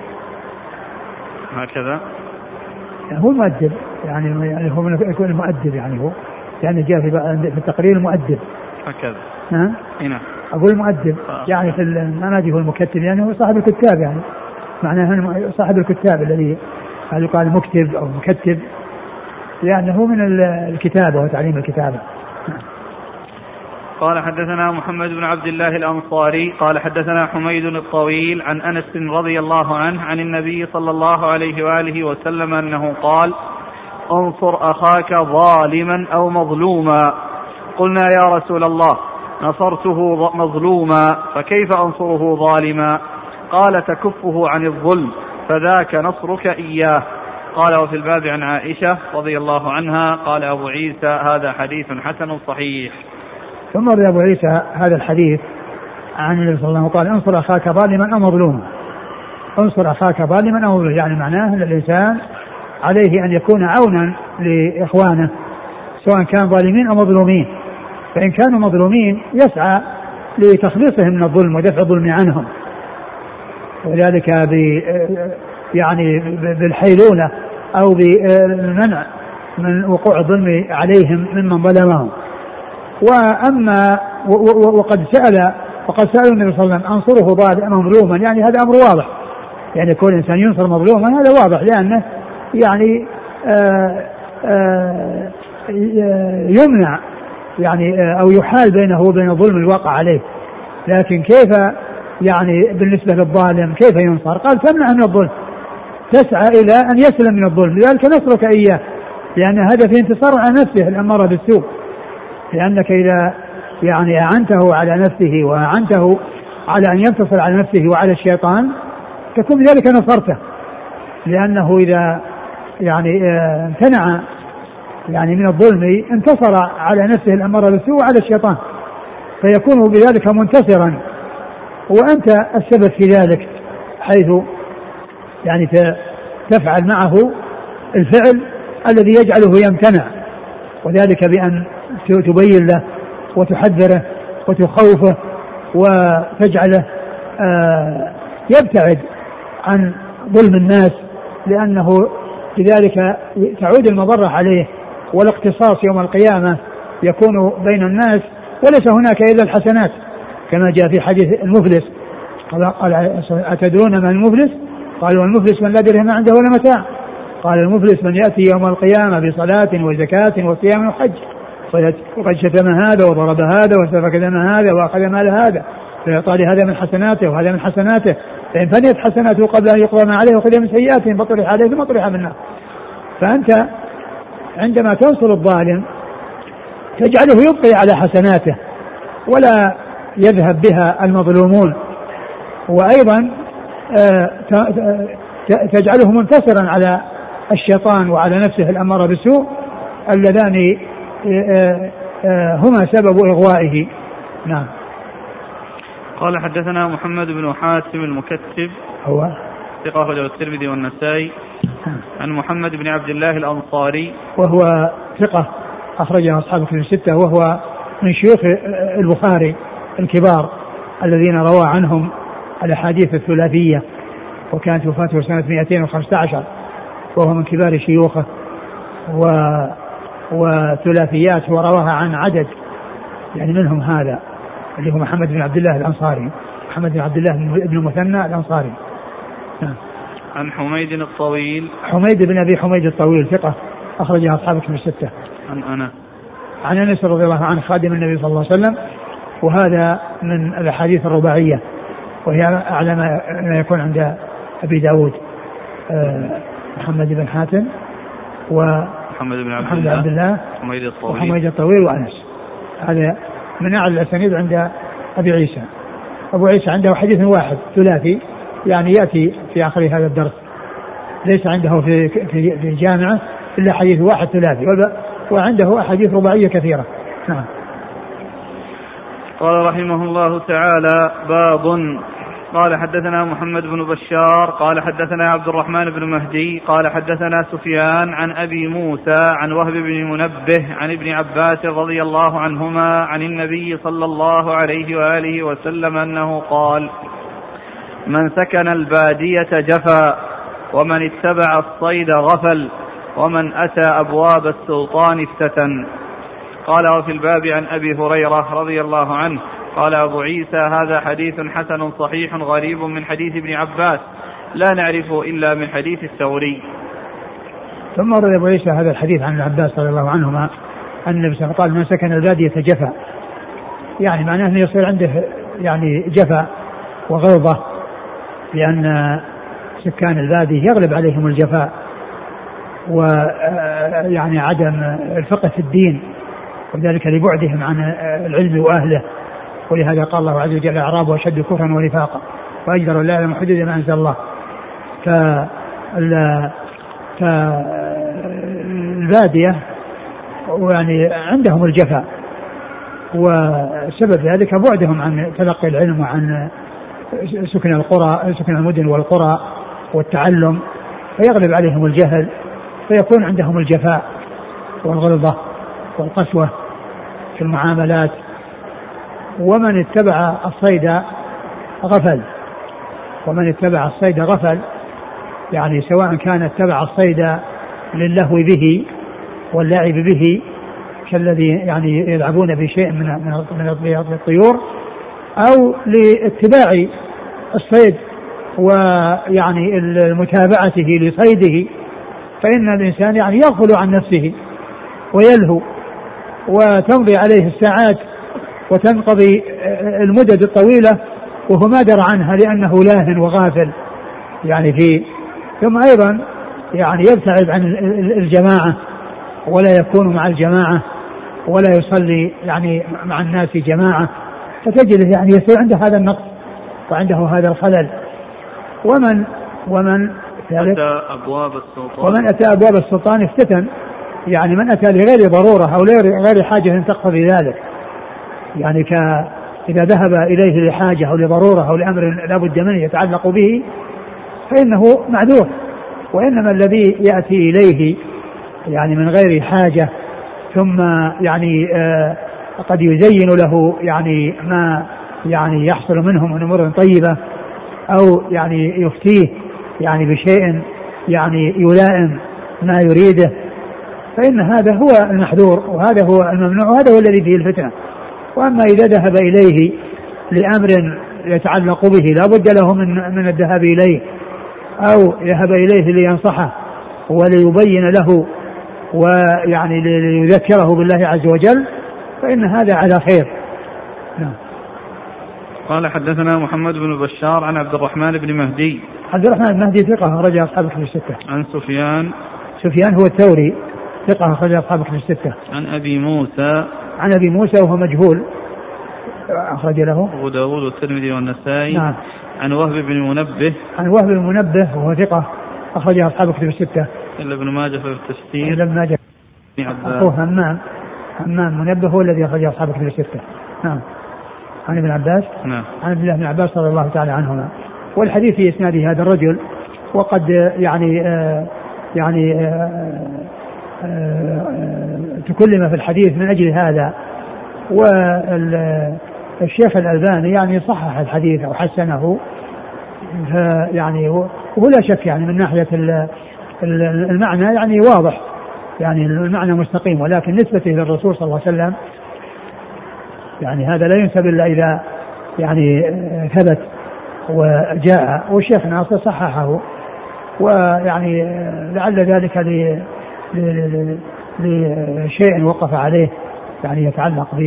هكذا هو المؤدب، يعني هو يكون المؤدب، يعني هو يعني جاء في التقرير المؤدب هكذا. نعم. أقول المؤدب يعني في المنادي هو المكتب، يعني هو صاحب الكتاب، يعني معناه صاحب الكتاب الذي يقال مكتب أو مكتب، يعني هو من الكتابة وتعليم الكتابة. قال حدثنا محمد بن عبد الله الأنصاري قال حدثنا حميد الطويل عن أنس رضي الله عنه عن النبي صلى الله عليه وآله وسلم أنه قال: انصر أخاك ظالما أو مظلوما. قلنا يا رسول الله نصرته مظلوما فكيف أنصره ظالما؟ قال: تكفه عن الظلم فذاك نصرك إياه. قال: وفي الباب عن عائشة رضي الله عنها. قال أبو عيسى: هذا حديث حسن صحيح. ثم روى أبو عيسى هذا الحديث عن النبي صلى الله عليه وسلم قال: انصر أخاك ظالما أو مظلوما. انصر أخاك ظالما أو مظلوما، يعني معناه أن الإنسان عليه أن يكون عونا لإخوانه سواء كان ظالمين أو مظلومين، فإن كانوا مظلومين يسعى لتخليصهم من الظلم ودفع الظلم عنهم، وذلك يعني بالحيلولة أو بالمنع من وقوع الظلم عليهم ممن ظلمهم. وأما وقد سألوا النبي صلى الله عليه وسلم: أنصره ظالما مظلوما؟ يعني هذا أمر واضح، يعني كل إنسان ينصر مظلوما هذا واضح، لأنه يعني يمنع يعني أو يحال بينه وبين الظلم الواقع عليه. لكن كيف يعني بالنسبة للظالم كيف ينصر؟ قال: تمنع من الظلم، تسعى إلى أن يسلم من الظلم، لذلك نصرك إياه، لأن هذا في انتصار على نفسه الأمارة بالسوء، لأنك إذا يعني أعنته على نفسه وأعنته على أن ينتصر على نفسه وعلى الشيطان تكون بذلك نصرته، لأنه إذا يعني امتنع يعني من الظلم انتصر على نفسه الأمارة بالسوء وعلى الشيطان، فيكون بذلك منتصرا، وأنت السبب في ذلك، حيث يعني تفعل معه الفعل الذي يجعله يمتنع، وذلك بأن تبين له وتحذره وتخوفه وتجعله يبتعد عن ظلم الناس، لأنه بذلك تعود المضرة عليه، والاقتصاص يوم القيامة يكون بين الناس وليس هناك إلا الحسنات، كما جاء في حديث المفلس. قال: أتدرون من المفلس؟ قالوا: المفلس من لا درهم عنده ولا متاع. قال: المفلس من يأتي يوم القيامة بصلاة وزكاة وصيام وحج وقد شتم هذا وضرب هذا وسفك دم هذا وأخذ مال هذا، فيعطى لهذا من حسناته وهذا من حسناته، فإن فنيت حسناته قبل أن يقضى ما عليه وخذ من سيئاته فطرح عليه ثم طرح منها. فأنت عندما تنصر الظالم تجعله يبقي على حسناته ولا يذهب بها المظلومون، وأيضا تجعله منتصرا على الشيطان وعلى نفسه الأمر بالسوء اللذان هما سبب إغوائه. نعم. قال: حدثنا محمد بن حاتم المكتب هو ثقة أخرجه الترمذي والنسائي عن محمد بن عبد الله الأنصاري وهو ثقة أخرجه أصحاب الكتب الستة، وهو من شيوخ البخاري الكبار الذين روى عنهم الأحاديث الثلاثية، وكانت وفاته سنة 215، وهو من كبار شيوخه، وثلاثيات ورواها عن عدد يعني منهم هذا اللي هو محمد بن عبد الله الأنصاري، محمد بن عبد الله بن المثنى الأنصاري. عن حميد الطويل، حميد بن أبي حميد الطويل ثقة أخرجها أصحاب الكتب الستة. عن أنس رضي الله عنه خادم النبي صلى الله عليه وسلم، وهذا من الأحاديث الرباعية، وهي أعلى ما يكون عند أبي داود، محمد بن حاتم ومحمد بن عبد الله وحميد الطويل وأنس، هذا من أعلى الأسانيد عند أبي عيسى. أبو عيسى عنده حديث واحد ثلاثي يعني يأتي في آخر هذا الدرس، ليس عنده في جامعة إلا حديث واحد ثلاثي، وعنده أحاديث رباعية كثيرة. نعم. قال رحمه الله تعالى: باب. قال: حدثنا محمد بن بشار قال حدثنا عبد الرحمن بن مهدي قال حدثنا سفيان عن أبي موسى عن وهب بن منبه عن ابن عباس رضي الله عنهما عن النبي صلى الله عليه وآله وسلم أنه قال: من سكن البادية جفا، ومن اتبع الصيد غفل، ومن أتى أبواب السلطان افتتن. قال: وفي الباب عن أبي هريرة رضي الله عنه. قال أبو عيسى: هذا حديث حسن صحيح غريب من حديث ابن عباس لا نعرفه إلا من حديث الثوري. ثم روى أبو عيسى هذا الحديث عن ابن عباس رضي الله عنهما أن النبي صلى الله عليه وسلم قال: من سكن البادية جفا، يعني معناه أنه يصير عنده يعني جفا وغلظة، لأن سكان البادية يغلب عليهم الجفاء ويعني عدم الفقه في الدين، وذلك لبعدهم عن العلم وأهله. ولهذا قال الله عز وجل الأعراب أشد كفرا ونفاقا وأجدر لا يعلم حدود ما أنزل الله. فالبادية يعني عندهم الجفاء، وسبب ذلك بعدهم عن تلقي العلم وعن سكن القرى، سكن المدن والقرى والتعلم، فيغلب عليهم الجهل فيكون عندهم الجفاء والغلظة والقسوة في المعاملات. ومن اتبع الصيد غفل، يعني سواء كان اتبع الصيد للهو به واللعب به كالذي يعني يلعبون بشيء من الطيور، أو لاتباع الصيد ويعني المتابعته لصيده، فإن الإنسان يعني يغفل عن نفسه ويلهو وتمضي عليه الساعات وتنقضي المدد الطويلة وهو ما درى عنها لأنه لاهٍ وغافل يعني فيه. ثم أيضا يعني يبتعد عن الجماعة ولا يكون مع الجماعة ولا يصلي يعني مع الناس جماعة، فتجد يعني يصير عنده هذا النقص وعنده هذا الخلل. ومن أتى أبواب السلطان افتتن، يعني من أتى لغير ضرورة أو لغير حاجة تقتضي ذلك، يعني إذا ذهب إليه لحاجة أو لضرورة أو لأمر لا بد منه يتعلق به فإنه معذور. وإنما الذي يأتي إليه يعني من غير حاجة ثم يعني قد يزين له يعني ما يعني يحصل منه من أمور طيبة، أو يعني يفتيه يعني بشيء يعني يلائم ما يريده، فإن هذا هو المحذور وهذا هو الممنوع وهذا هو الذي فيه الفتنة. وأما إذا ذهب إليه لأمر يتعلق به لا بد له من الذهاب إليه، أو يذهب إليه لينصحه وليبين له ويعني ليذكره بالله عز وجل، فإن هذا على خير. نعم. قال حدثنا محمد بن بشار عن عبد الرحمن بن مهدي. عبد الرحمن بن مهدي ثقة أخرج أصحاب الكتب الستة. عن سفيان هو الثوري ثقة أخرج أصحاب الكتب الستة. عن أبي موسى وهو مجهول أخرج له أبو داود والترمذي والنسائي. نعم. عن وهب بن منبه وهو ثقة أخرج أصحاب الكتب الستة إلا ابن ماجه في التفسير. ابن ماجه أخوه همام منبه هو الذي أخرج أصحاب الكتب الستة. نعم. عن ابن عباس. نعم. عن عبد الله بن عباس رضي الله تعالى عنهما. والحديث في إسناده هذا الرجل، وقد تكلم في الحديث من أجل هذا. والشيخ الألباني يعني صحح الحديث أو حسنه، يعني ولا شك يعني من ناحية المعنى يعني واضح، يعني المعنى مستقيم، ولكن نسبته للرسول صلى الله عليه وسلم يعني هذا لا ينسب إلا إذا يعني ثبت وجاء، والشيخ ناصر صححه، ويعني لعل ذلك لشيء وقف عليه يعني يتعلق ب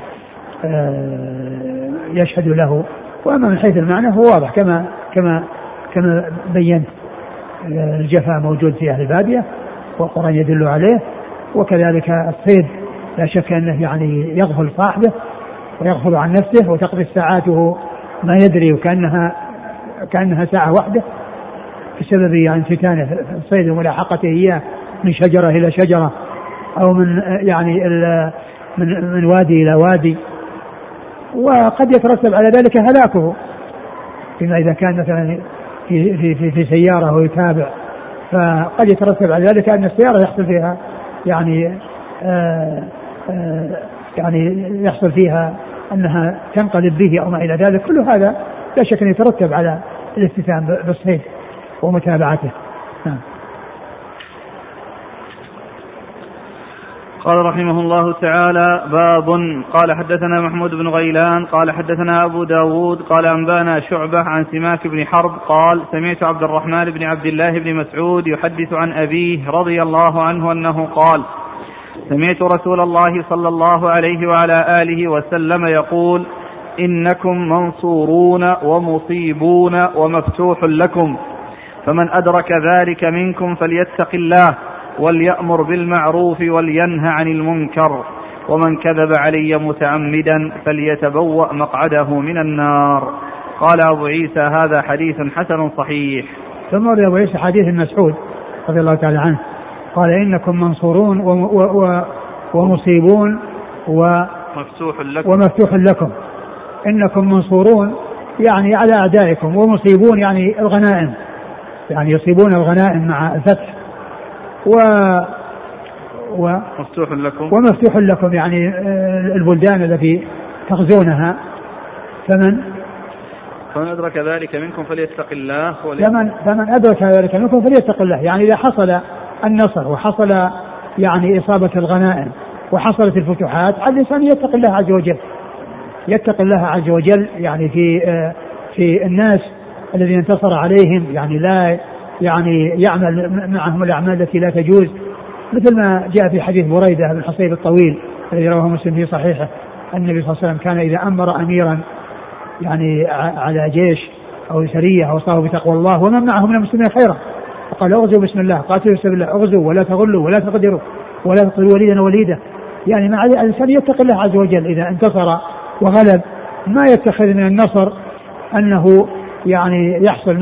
يشهد له. وأما من حيث المعنى هو واضح كما بينت، الجفا موجود في أهل البادية والقرآن يدل عليه، وكذلك الصيد لا شك أنه يعني يغفل صاحبه ويغفل عن نفسه وتقضي ساعاته ما يدري، وكأنها ساعة واحدة بسبب يعني فتانه في الصيد وملاحقته إياه من شجرة إلى شجرة، أو من يعني من وادي إلى وادي، وقد يترتب على ذلك هلاكه فيما إذا كان مثلا في سيارة ويتابع، فقد يترتب على ذلك أن السيارة يحصل فيها يعني يحصل فيها أنها تنقلب به أو ما إلى ذلك. كل هذا لا شك أن يترتب على الاستثام بالصيد ومتابعته. قال رحمه الله تعالى: باب. قال حدثنا محمود بن غيلان قال حدثنا أبو داود قال أنبانا شعبة عن سماك بن حرب قال: سمعت عبد الرحمن بن عبد الله بن مسعود يحدث عن أبيه رضي الله عنه أنه قال: سمعت رسول الله صلى الله عليه وعلى آله وسلم يقول: إنكم منصورون ومصيبون ومفتوح لكم، فمن أدرك ذلك منكم فليتق الله وليأمر بالمعروف ولينهى عن المنكر، ومن كذب علي متعمدا فليتبوأ مقعده من النار. قال أبو عيسى: هذا حديث حسن صحيح. ثم أبو عيسى حديث مسعود رضي الله تعالى عنه قال: إنكم منصورون ومصيبون ومفتوح لكم. إنكم منصورون يعني على أعدائكم، ومصيبون يعني الغنائم، يعني يصيبون الغنائم مع الفتح، ومفتوح لكم يعني البلدان التي تغزونها. فمن أدرك ذلك منكم فليتق الله فمن أدرك ذلك منكم فليتق الله، يعني إذا حصل النصر وحصل يعني إصابة الغنائم وحصلت الفتوحات، على الإنسان يتق الله عز وجل، يتق الله عز وجل يعني في الناس الذين انتصر عليهم، يعني لا يعني يعمل معهم الأعمال التي لا تجوز، مثل ما جاء في حديث بريدة بن حصيب الطويل الذي رواه مسلم في صحيحه: النبي صلى الله عليه وسلم كان إذا أمر أميرا يعني على جيش أو سرية أوصاه بتقوى الله ومن معه من المسلمين خيرا، فقال: اغزوا بسم الله، قاتلوا بسم الله، اغزوا ولا تغلوا ولا تقدروا ولا تقتلوا وليدا وليدا. يعني مع الإنسان يتقي الله عز وجل إذا انتصر وغلب، ما يتخذ من النصر أنه يعني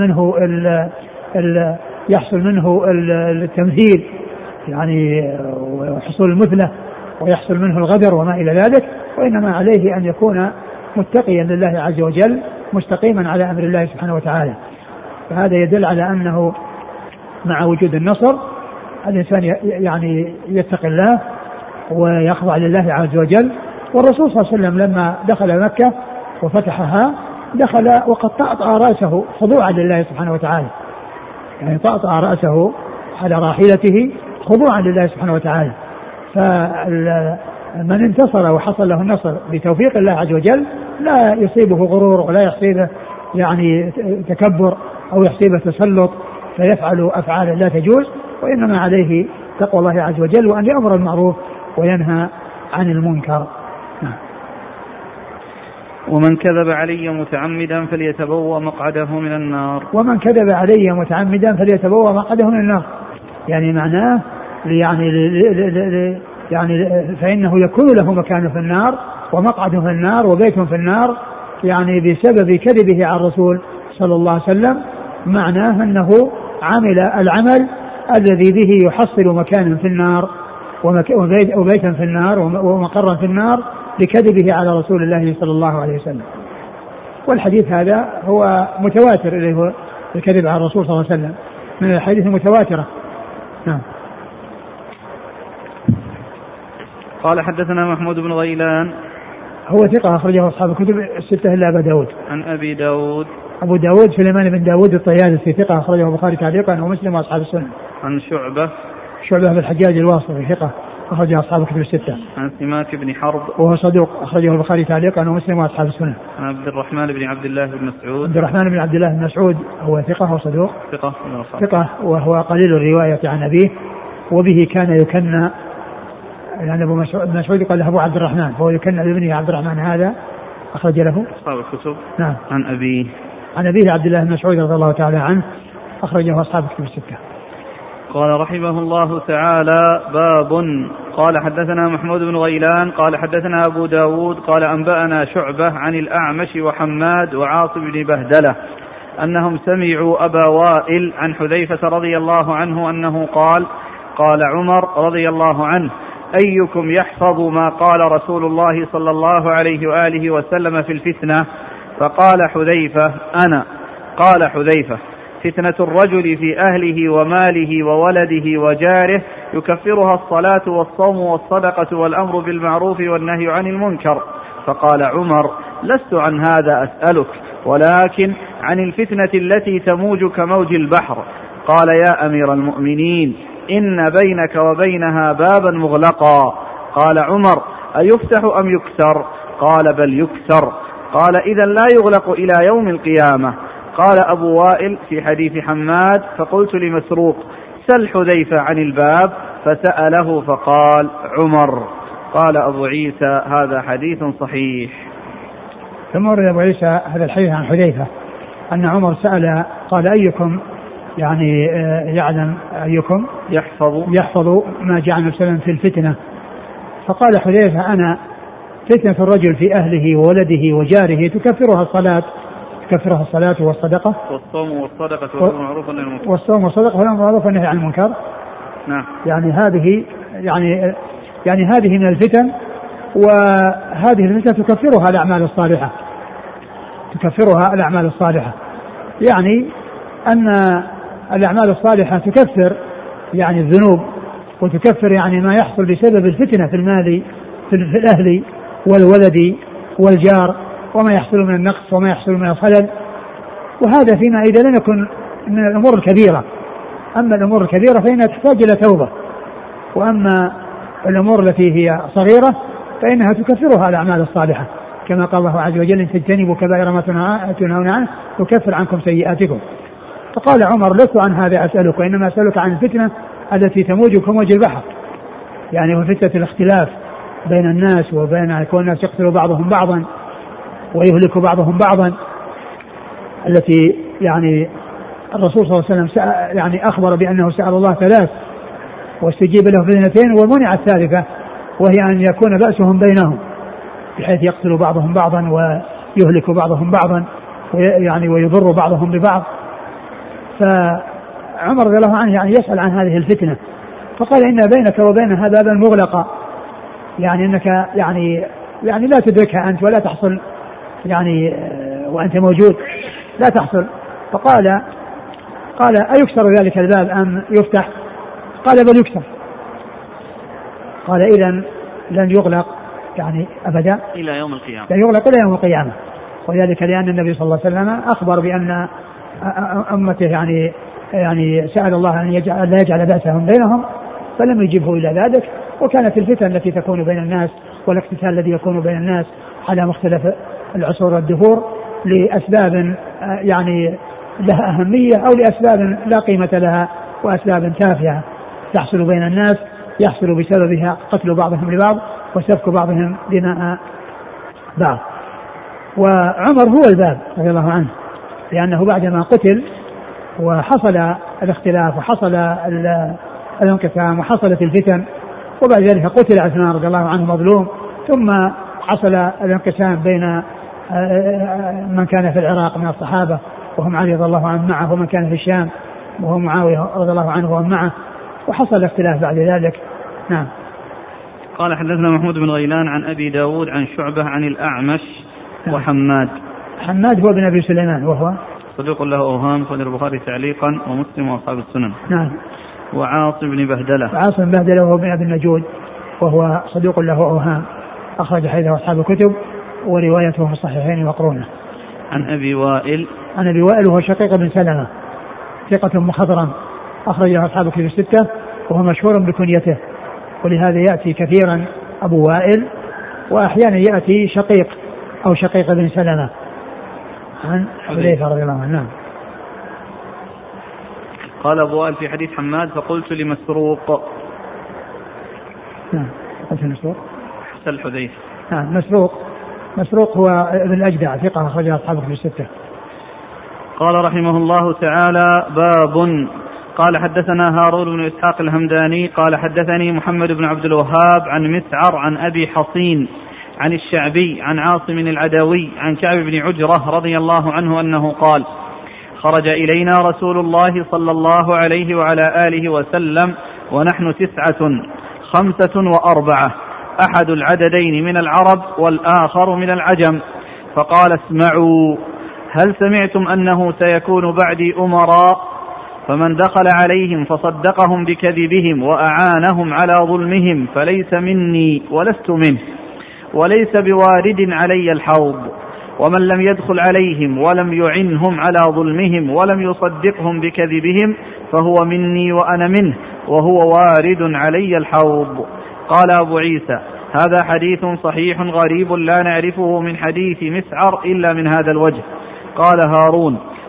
يحصل منه التمثيل يعني وحصول المثلة ويحصل منه الغدر وما إلى ذلك، وإنما عليه أن يكون متقيا لله عز وجل مستقيما على أمر الله سبحانه وتعالى. فهذا يدل على أنه مع وجود النصر الإنسان يعني يتقي الله ويخضع لله عز وجل. والرسول صلى الله عليه وسلم لما دخل مكة وفتحها دخل وقد طأطأ رأسه خضوعا لله سبحانه وتعالى، يعني طأطأ رأسه على راحلته خضوعا لله سبحانه وتعالى. فمن انتصر وحصل له النصر بتوفيق الله عز وجل لا يصيبه غرور ولا يصيبه يعني تكبر أو يصيبه تسلط فيفعل أفعال لا تجوز، وإنما عليه تقوى الله عز وجل وأن يأمر المعروف وينهى عن المنكر. ومن كذب علي متعمدا فليتبوأ مقعده من النار. ومن كذب علي متعمدا فليتبوأ مقعده من النار، يعني معناه يعني فإنه يكون له مكان في النار ومقعده في النار وبيت في النار، يعني بسبب كذبه على الرسول صلى الله عليه وسلم. معناه أنه عمل العمل الذي به يحصل مكانا في النار وبيتا في النار ومقرا في النار لكذبه على رسول الله صلى الله عليه وسلم. والحديث هذا هو متواتر اللي هو الكذب على الرسول صلى الله عليه وسلم من الحديث المتواترة. نعم. قال: حدثنا محمود بن غيلان، هو ثقة أخرجه أصحاب الكتب الستة إلا أبا داود. عن أبي داود، أبو داود سليمان بن داود الطيالسي ثقة أخرجه البخاري تعليقا ومسلم وأصحاب السنن. عن شعبة بن الحجاج الواسطي ثقة أخرجه أصحاب الكتب الستة. عن سماك بن حرب وهو صدوق أخرجه البخاري تعليقا ومسلم وأصحاب السنن. عن عبد الرحمن بن عبد الله بن مسعود. عبد الرحمن بن عبد الله بن مسعود هو ثقة وصدوق ثقة وهو قليل الرواية عن أبيه، وبه كان يكنى، يعني أبو مسعود قال له أبو عبد الرحمن، فهو يكنى بابنه عبد الرحمن، هذا أخرج له أصحاب الكتب. نعم. عن أبيه عبد الله بن مسعود رضي الله تعالى عنه أخرجه أصحاب الكتب الستة. قال رحمه الله تعالى: باب. قال: حدثنا محمود بن غيلان قال: حدثنا أبو داود قال: أنبأنا شعبة عن الأعمش وحماد وعاصم بن بهدلة أنهم سمعوا أبا وائل عن حذيفة رضي الله عنه أنه قال: قال عمر رضي الله عنه: أيكم يحفظ ما قال رسول الله صلى الله عليه وآله وسلم في الفتنة؟ فقال حذيفة: أنا. قال حذيفة: فتنة الرجل في أهله وماله وولده وجاره يكفرها الصلاة والصوم والصدقة والأمر بالمعروف والنهي عن المنكر. فقال عمر: لست عن هذا أسألك، ولكن عن الفتنة التي تموج كموج البحر. قال: يا أمير المؤمنين، إن بينك وبينها بابا مغلقا. قال عمر: أيفتح أم يكسر؟ قال: بل يكسر. قال: إذا لا يغلق إلى يوم القيامة. قال أبو وائل في حديث حماد: فقلت لمسروق: سل حذيفة عن الباب، فسأله فقال عمر. قال أبو عيسى هذا حديث صحيح. ثم ورد أبو عيسى هذا الحديث عن حذيفة أن عمر سأل قال أيكم يعني يعلم أيكم يحفظ ما جاء عن وسلم في الفتنة. فقال حذيفة أنا فتنة الرجل في أهله وولده وجاره تكفرها الصلاة والصدقة والصوم والصدقة والأمر بالمعروف والنهي عن المنكر. نعم. يعني هذه من الفتن، وهذه الفتن تكفرها الأعمال الصالحة. يعني أن الأعمال الصالحة تكفر يعني الذنوب، وتكفر يعني ما يحصل بسبب الفتنة في المال في الأهل والولد والجار، وما يحصل من النقص وما يحصل من الخلل. وهذا فيما إذا لم يكن من الأمور الكبيرة. أما الأمور الكبيرة فإنها تحتاج إلى توبة، وأما الأمور التي هي صغيرة فإنها تكفرها الأعمال الصالحة، كما قال الله عز وجل إن تجتنبوا كبائر ما تنهون عنه يكفر عنكم سيئاتكم. فقال عمر لست عن هذا أسألك، وإنما أسألك عن الفتنة التي تموج كموج البحر، يعني وفتنة الاختلاف بين الناس، وبين يكون الناس يقتل بعضهم بعضا ويهلك بعضهم بعضا، التي يعني الرسول صلى الله عليه وسلم يعني أخبر بأنه سأل الله 3 واستجيب له في 2 ومنع الثالثة، وهي أن يكون بأسهم بينهم بحيث يقتل بعضهم بعضا ويهلك بعضهم بعضا يعني ويضر بعضهم ببعض. فعمر رضي الله عنه يعني يسأل عن هذه الفتنة، فقال إن بينك وبينها بابا مغلقا، يعني أنك يعني لا تدركها أنت ولا تحصل يعني وأنت موجود لا تحصل. فقال أيكسر ذلك الباب أم يفتح؟ قال بل يكسر. قال إذن لن يغلق يعني أبدا إلى يوم القيامة، لا يغلق إلى يوم القيامة. وذلك لأن النبي صلى الله عليه وسلم أخبر بأن أمته يعني سأل الله أن لا يجعل بأسهم بينهم فلم يجبه إلى ذلك. وكانت الفتن التي تكون بين الناس والاقتتال الذي يكون بين الناس على مختلف العصور والدهور لأسباب يعني لها أهمية أو لأسباب لا قيمة لها وأسباب تافهة تحصل بين الناس، يحصل بسببها قتل بعضهم لبعض وسفك بعضهم دماء بعض. وعمر هو الباب رضي الله عنه، لأنه بعدما قتل وحصل الاختلاف وحصل الانقسام وحصلت الفتن، وبعد ذلك قتل عثمان رضي الله عنه مظلوم، ثم حصل الانقسام بين من كان في العراق من الصحابة وهم علي رضي الله عنه معه، ومن كان في الشام وهو معاوية رضي الله عنه وهم معه، وحصل الاختلاف بعد ذلك. نعم. قال حدثنا محمود بن غيلان عن أبي داود عن شعبة عن الأعمش. نعم. وحماد هو بن أبي سليمان وهو صدوق له أوهام، خرج البخاري تعليقا ومسلم وأصحاب السنن. نعم. وعاصم بن بهدلة وهو بن أبي النجود وهو صدوق له أوهام، أخرج حديثه أصحاب الكتب وروايته في الصحيحين وقرونه. عن أبي وائل وهو شقيق بن سلمة ثقة مخضرم، أخرجه أصحاب الكتب 6 وهو مشهور بكنيته، ولهذا يأتي كثيرا أبو وائل، وأحيانا يأتي شقيق أو شقيق بن سلمة عن حذيفة رضي الله عنه. قال أبو وائل في حديث حماد فقلت لمسروق. نعم. قلت مسروق حسن حذيفة. نعم. مسروق هو ابن الأجدع ثقة، أخرجه أصحاب الكتب 6. قال رحمه الله تعالى باب. قال حدثنا هارون بن إسحاق الهمداني قال حدثني محمد بن عبد الوهاب عن مسعر عن أبي حصين عن الشعبي عن عاصم العدوي عن كعب بن عجرة رضي الله عنه أنه قال خرج إلينا رسول الله صلى الله عليه وعلى آله وسلم ونحن 9 5 و4، أحد العددين من العرب والآخر من العجم، فقال اسمعوا هل سمعتم أنه سيكون بعدي أمراء فمن دخل عليهم فصدقهم بكذبهم وأعانهم على ظلمهم فليس مني ولست منه، وليس بوارد علي الحوض، ومن لم يدخل عليهم ولم يعنهم على ظلمهم ولم يصدقهم بكذبهم فهو مني وأنا منه، وهو وارد علي الحوض. قال أبو عيسى هذا حديث صحيح غريب لا نعرفه من حديث مسعر إلا من هذا الوجه. قال هارون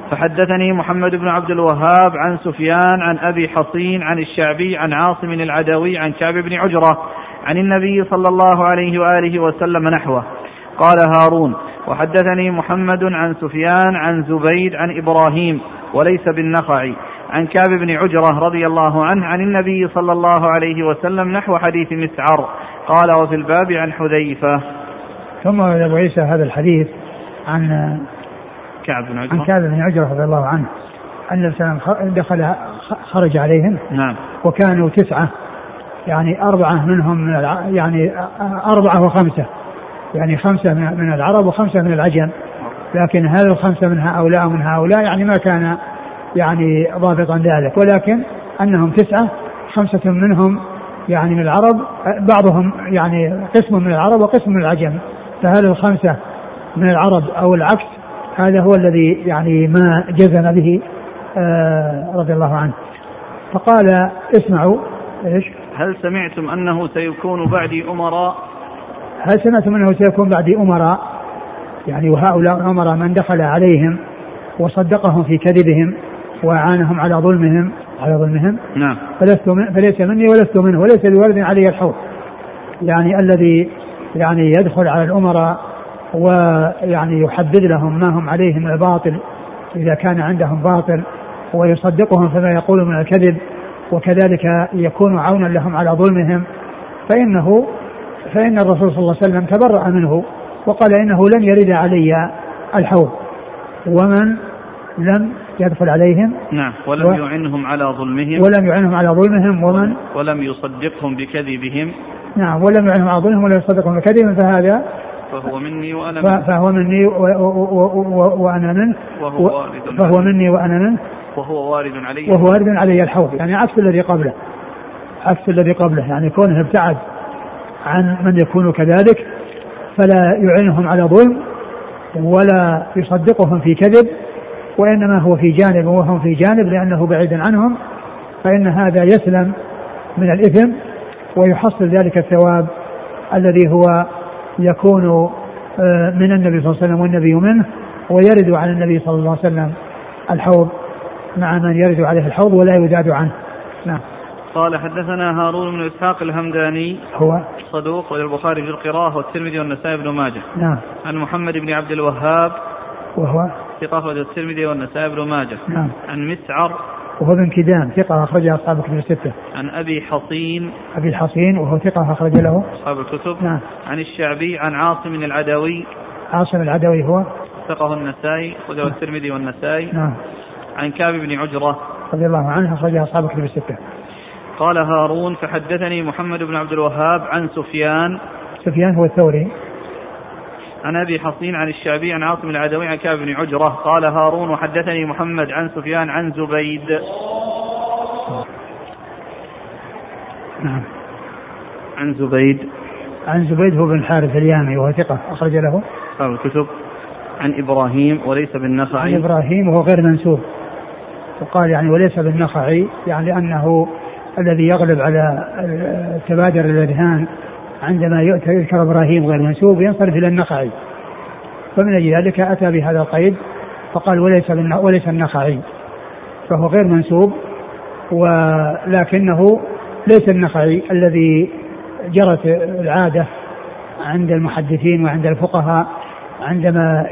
فحدثني محمد بن عبد الوهاب عن سفيان عن أبي حصين عن الشعبي عن عاصم العدوي عن كعب بن عجرة عن النبي صلى الله عليه وآله وسلم نحوه. قال هارون: وحدثني محمد عن سفيان عن زبيد عن إبراهيم وليس بالنخعي عن كعب بن عجرة رضي الله عنه عن النبي صلى الله عليه وسلم نحو حديث مسعر. قال: وفي الباب عن حذيفة. ثم أبو عيسى هذا الحديث عن كعب بن عجرة رضي الله عنه أن النبي خرج عليهم. نعم. وكانوا 9، يعني 4 منهم يعني 4 و5، يعني 5 من العرب و5 من العجم، لكن هذا 5 من هؤلاء ومن هؤلاء يعني ما كان يعني ضابطا ذلك، ولكن أنهم 9، 5 منهم يعني من العرب، بعضهم يعني قسم من العرب وقسم من العجم، فهل 5 من العرب أو العكس؟ هذا هو الذي يعني ما جزم به رضي الله عنه. فقال: اسمعوا. إيش؟ هل سمعتم أنه سيكون بعدي أمراء؟ هل سمعتم أنه سيكون بعدي أمراء؟ يعني وهؤلاء الأمراء من دخل عليهم وصدقهم في كذبهم وأعانهم على ظلمهم نعم. فليس مني ولست منه وليس بوارد علي الحوض. يعني الذي يعني يدخل على الأمراء ويعني يحدد لهم ما هم عليه من الباطل إذا كان عندهم باطل، ويصدقهم فيما يقول من الكذب، وكذلك يكون عونا لهم على ظلمهم، فإن الرسول صلى الله عليه وسلم تبرأ منه وقال: إنه لن يرد علي الحوض. ومن لم يدخل عليهم نعم ولم يعنهم على ظلمهم ولم يصدقهم بكذبهم نعم ولم يعنهم على ظلمهم ولم يصدقهم بكذبهم فهو مني وأنا منه فهو مني وأنا منه وهو وارد علي الحوض. يعني عكس الذي قبله يعني كونه ابتعد عن من يكون كذلك، فلا يعنهم على ظلم ولا يصدقهم في كذب، وإنما هو في جانب وهم في جانب لأنه بعيد عنهم، فإن هذا يسلم من الإثم ويحصل ذلك الثواب الذي هو يكون من النبي صلى الله عليه وسلم والنبي منه، ويرد على النبي صلى الله عليه وسلم الحوض مع من يرد عليه الحوض ولا يزاد عنه. نعم. قال: حدثنا هارون بن إسحاق الهمداني هو صدوق والبخاري في القراءة والترمذي والنسائي بن ماجه. نعم. عن محمد بن عبد الوهاب وهو ثقة الترمذي والنسائي بن ماجه. نعم. عن مسعر وهو بن كدام ثقة أخرج أصحاب الكتب 6. عن أبي حصين وهو ثقة أخرج له أصحاب الكتب. نعم. عن الشعبي عن عاصم العدوي هو ثقة النسائي والترمذي والنسائي. نعم. عن كعب بن عجرة رضي الله عنه أخرج أصحاب الكتب 6. قال هارون: فحدثني محمد بن عبد الوهاب عن سفيان هو الثوري عن أبي حصين عن الشعبي عن عاصم العدوي عن كعب بن عجرة. قال هارون: وحدثني محمد عن سفيان عن زبيد. نعم. عن زبيد هو بن الحارث اليامي وهو ثقة أخرج له أصحاب الكتب. عن إبراهيم وليس بالنخعي. عن إبراهيم وهو غير منسوب، وقال يعني وليس بالنخعي، يعني أنه الذي يغلب على تبادر الأذهان عندما يذكر إبراهيم غير منسوب ينصرف إلى النخعي، فمن أجل ذلك أتى بهذا القيد فقال وليس النخعي، فهو غير منسوب، ولكنه ليس النخعي الذي جرت العادة عند المحدثين وعند الفقهاء عندما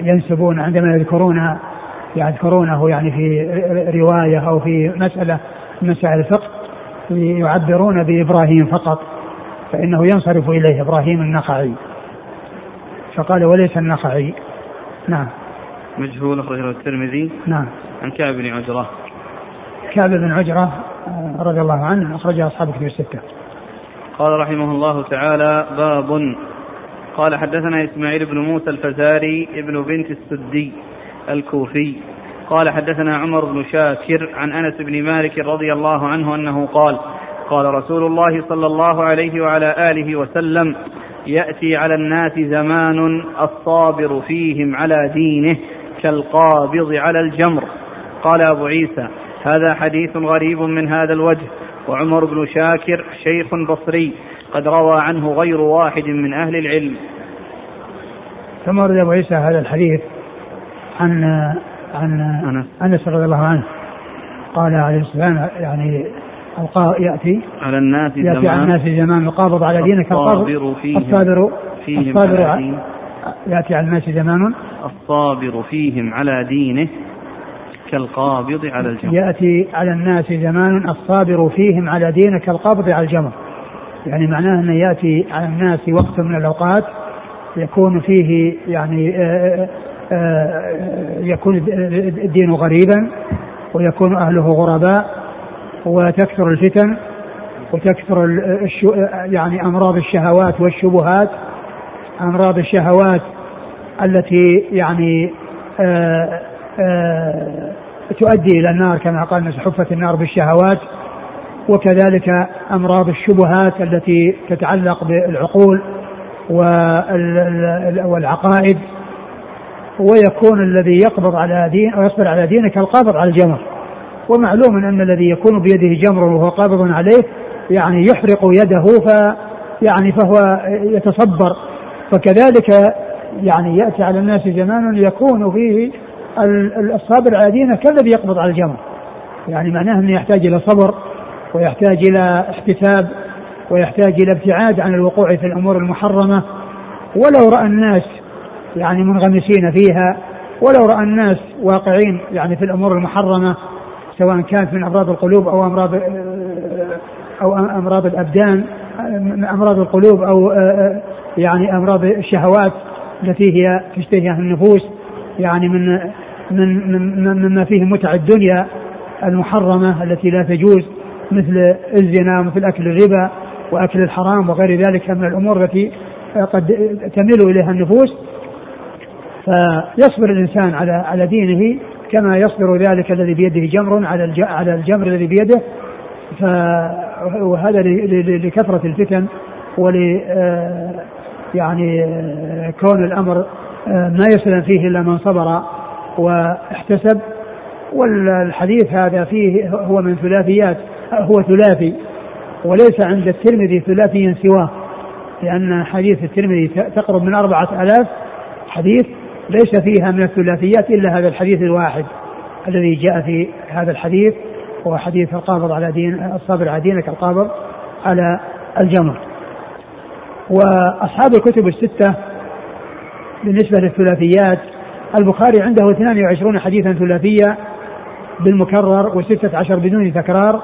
يذكرونه يعني في رواية أو في مسألة من مسائل الفقه يعبرون بإبراهيم فقط، فإنه ينصرف إليه إبراهيم النخعي، فقال وليس النخعي. نعم. مجهول أخرجه الترمذي. نعم. عن كعب بن عجرة رضي الله عنه أخرجه أصحاب الكتب 6. قال رحمه الله تعالى: باب. قال: حدثنا إسماعيل بن موسى الفزاري ابن بنت السدي الكوفي قال: حدثنا عمر بن شاكر عن أنس بن مالك رضي الله عنه أنه قال: قال رسول الله صلى الله عليه وعلى آله وسلم: يأتي على الناس زمان الصابر فيهم على دينه كالقابض على الجمر. قال أبو عيسى: هذا حديث غريب من هذا الوجه، وعمر بن شاكر شيخ بصري قد روى عنه غير واحد من أهل العلم. ثم ورد أبو عيسى هذا الحديث عن عن أنس رضي الله عنه قال عليه السلام يعني يأتي على الناس زمان القابض على دينك الصابر يأتي على الناس زمان الصابر فيهم على دينه كالقابض على الجمر. يأتي على الناس زمان الصابر فيهم على دينه كالقابض على الجمر، يعني معناه أنه يأتي على الناس وقت من الأوقات يكون فيه يعني يكون الدين غريبا ويكون أهله غرباء وتكثر الفتن وتكثر يعني أمراض الشهوات والشبهات، أمراض الشهوات التي يعني تؤدي إلى النار كما قال حفت النار بالشهوات، وكذلك أمراض الشبهات التي تتعلق بالعقول والعقائد، ويكون الذي يقبض على دين أو يصبر على دينه كالقابض على الجمر. ومعلوم أن الذي يكون بيده جمر وهو قابض عليه يعني يحرق يده فهو يتصبر، فكذلك يعني يأتي على الناس زمان يكون فيه الصابر على دينه كالذي يقبض على الجمر، يعني معناه أنه يحتاج إلى صبر ويحتاج إلى احتساب ويحتاج إلى ابتعاد عن الوقوع في الأمور المحرمة، ولو رأى الناس يعني منغمسين فيها، ولو رأى الناس واقعين يعني في الأمور المحرمة سواء كانت من أمراض القلوب أو أمراض الأبدان، أمراض القلوب أو يعني أمراض الشهوات التي هي تشتهيها النفوس، يعني مما فيه متع الدنيا المحرمة التي لا تجوز مثل الزنا ومثل أكل الربا وأكل الحرام وغير ذلك من الأمور التي قد تميل إليها النفوس، فيصبر الإنسان على دينه كما يصبر ذلك الذي بيده جمر على الجمر الذي بيده. وهذا لكثرة الفتن يعني كون الأمر ما يسلم فيه إلا من صبر واحتسب. والحديث هذا فيه هو من ثلاثيات، هو ثلاثي وليس عند الترمذي ثلاثي سواه، لأن حديث الترمذي تقرب من 4000 حديث ليس فيها من الثلاثيات إلا هذا الحديث الواحد الذي جاء في هذا الحديث، هو حديث القابض على دين الصابر على دينك القابض على الجمر. وأصحاب الكتب الستة بالنسبة للثلاثيات البخاري عنده 22 حديثا ثلاثية بالمكرر و16 بدون تكرار،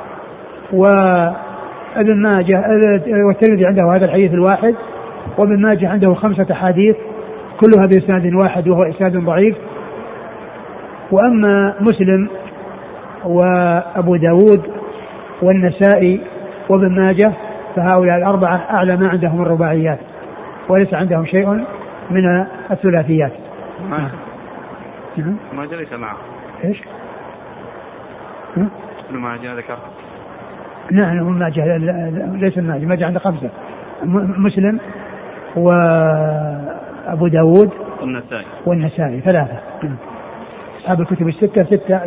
وابن ماجه والترمذي عنده هذا الحديث الواحد، وابن ماجه عنده 5 أحاديث كلها بإسناد واحد وهو إسناد ضعيف. وأما مسلم وأبو داود والنسائي وابن ماجه فهؤلاء الأربعة أعلى ما عندهم الرباعيات وليس عندهم شيء من الثلاثيات. ما جلس معه إيش؟ ابن ماجه ذكر. نعم ابن ماجه ليس ابن ماجه عنده 5، مسلم وأبو داود والنسائي 3. أصحاب الكتب الستة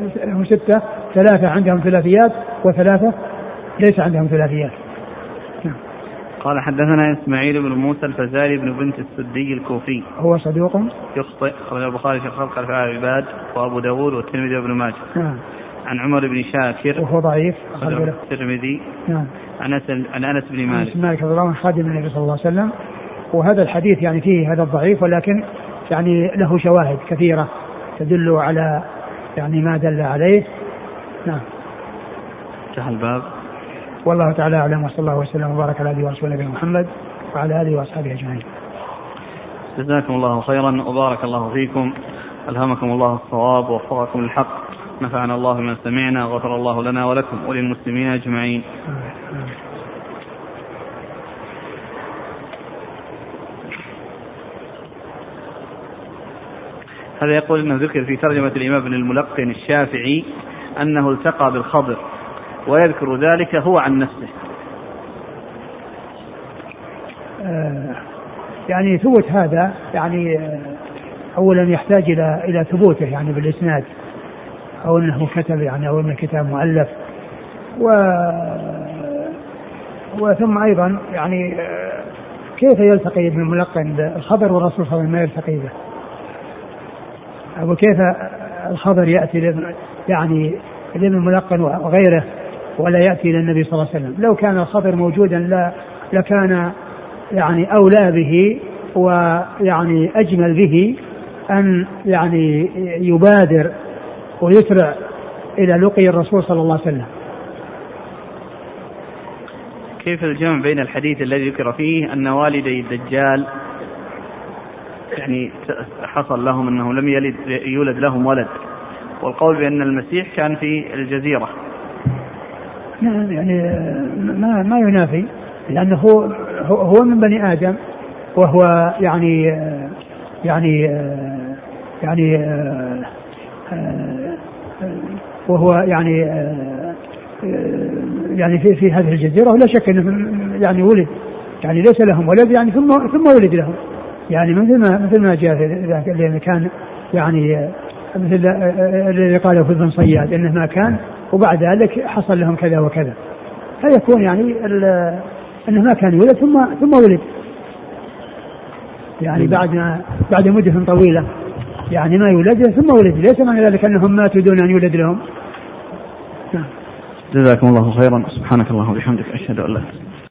3 عندهم ثلاثيات و3 ليس عندهم ثلاثيات. قال حدثنا إسماعيل بن موسى الفزاري بن بنت السدي الكوفي، هو صدوق يخطئ، أخرج البخاري في خلق أفعال العباد وأبو داود والترمذي وابن ماجه. عن عمر بن شاكر وهو ضعيف، أخرج الترمذي. عن أنس بن مالك رضي الله عنه خادم النبي صلى الله عليه وسلم. وهذا الحديث يعني فيه هذا الضعيف، ولكن يعني له شواهد كثيرة تدل على يعني ما دل عليه. نعم. انتهى الباب. والله تعالى أعلم، وصلى الله وسلم وبارك على نبينا ورسوله نبينا محمد وعلى آله وأصحابه أجمعين. جزاكم الله خيرا وبارك الله فيكم، ألهمكم الله الصواب ووفقكم للحق، نفعنا الله بما سمعنا وغفر الله لنا ولكم وللمسلمين أجمعين. هذا يقول أنه ذكر في ترجمة الإمام ابن الملقن الشافعي أنه التقى بالخضر ويذكر ذلك هو عن نفسه. يعني ثبت هذا يعني أولا يحتاج إلى ثبوته يعني بالإسناد، أو أنه كتب يعني أو أنه كتاب مؤلف، وثم أيضا يعني كيف يلتقي ابن الملقن بالخضر والرسول صلى الله عليه وسلم ما يلتقي به، أو كيف الخبر يأتي يعني لابن الملقن وغيره ولا يأتي إلى النبي صلى الله عليه وسلم. لو كان الخبر موجودا لكان يعني أولى به ويعني أجمل به أن يعني يبادر ويسرع إلى لقي الرسول صلى الله عليه وسلم. كيف الجمع بين الحديث الذي ذكر فيه أن والدي الدجال يعني حصل لهم أنه لم يولد لهم ولد، والقول بأن المسيح كان في الجزيرة؟ نعم يعني ما ينافي، لأنه هو من بني آدم، وهو وهو يعني في هذه الجزيرة، ولا شك أنه يعني ولد، يعني ليس لهم ولد يعني ثم ولد لهم، يعني مثل ما جاء في اللي كان يعني مثل الذي قاله في ابن صياد انه ما كان وبعد ذلك حصل لهم كذا وكذا، فيكون يعني انه ما كان يولد ثم ولد، يعني بعد مدة طويلة يعني ما يولد ثم ولد، ليس معنى ذلك انهم ماتوا دون ان يولد لهم. جزاكم الله خيرا، سبحانك اللهم وبحمدك، أشهد أن لا إله إلا أنت.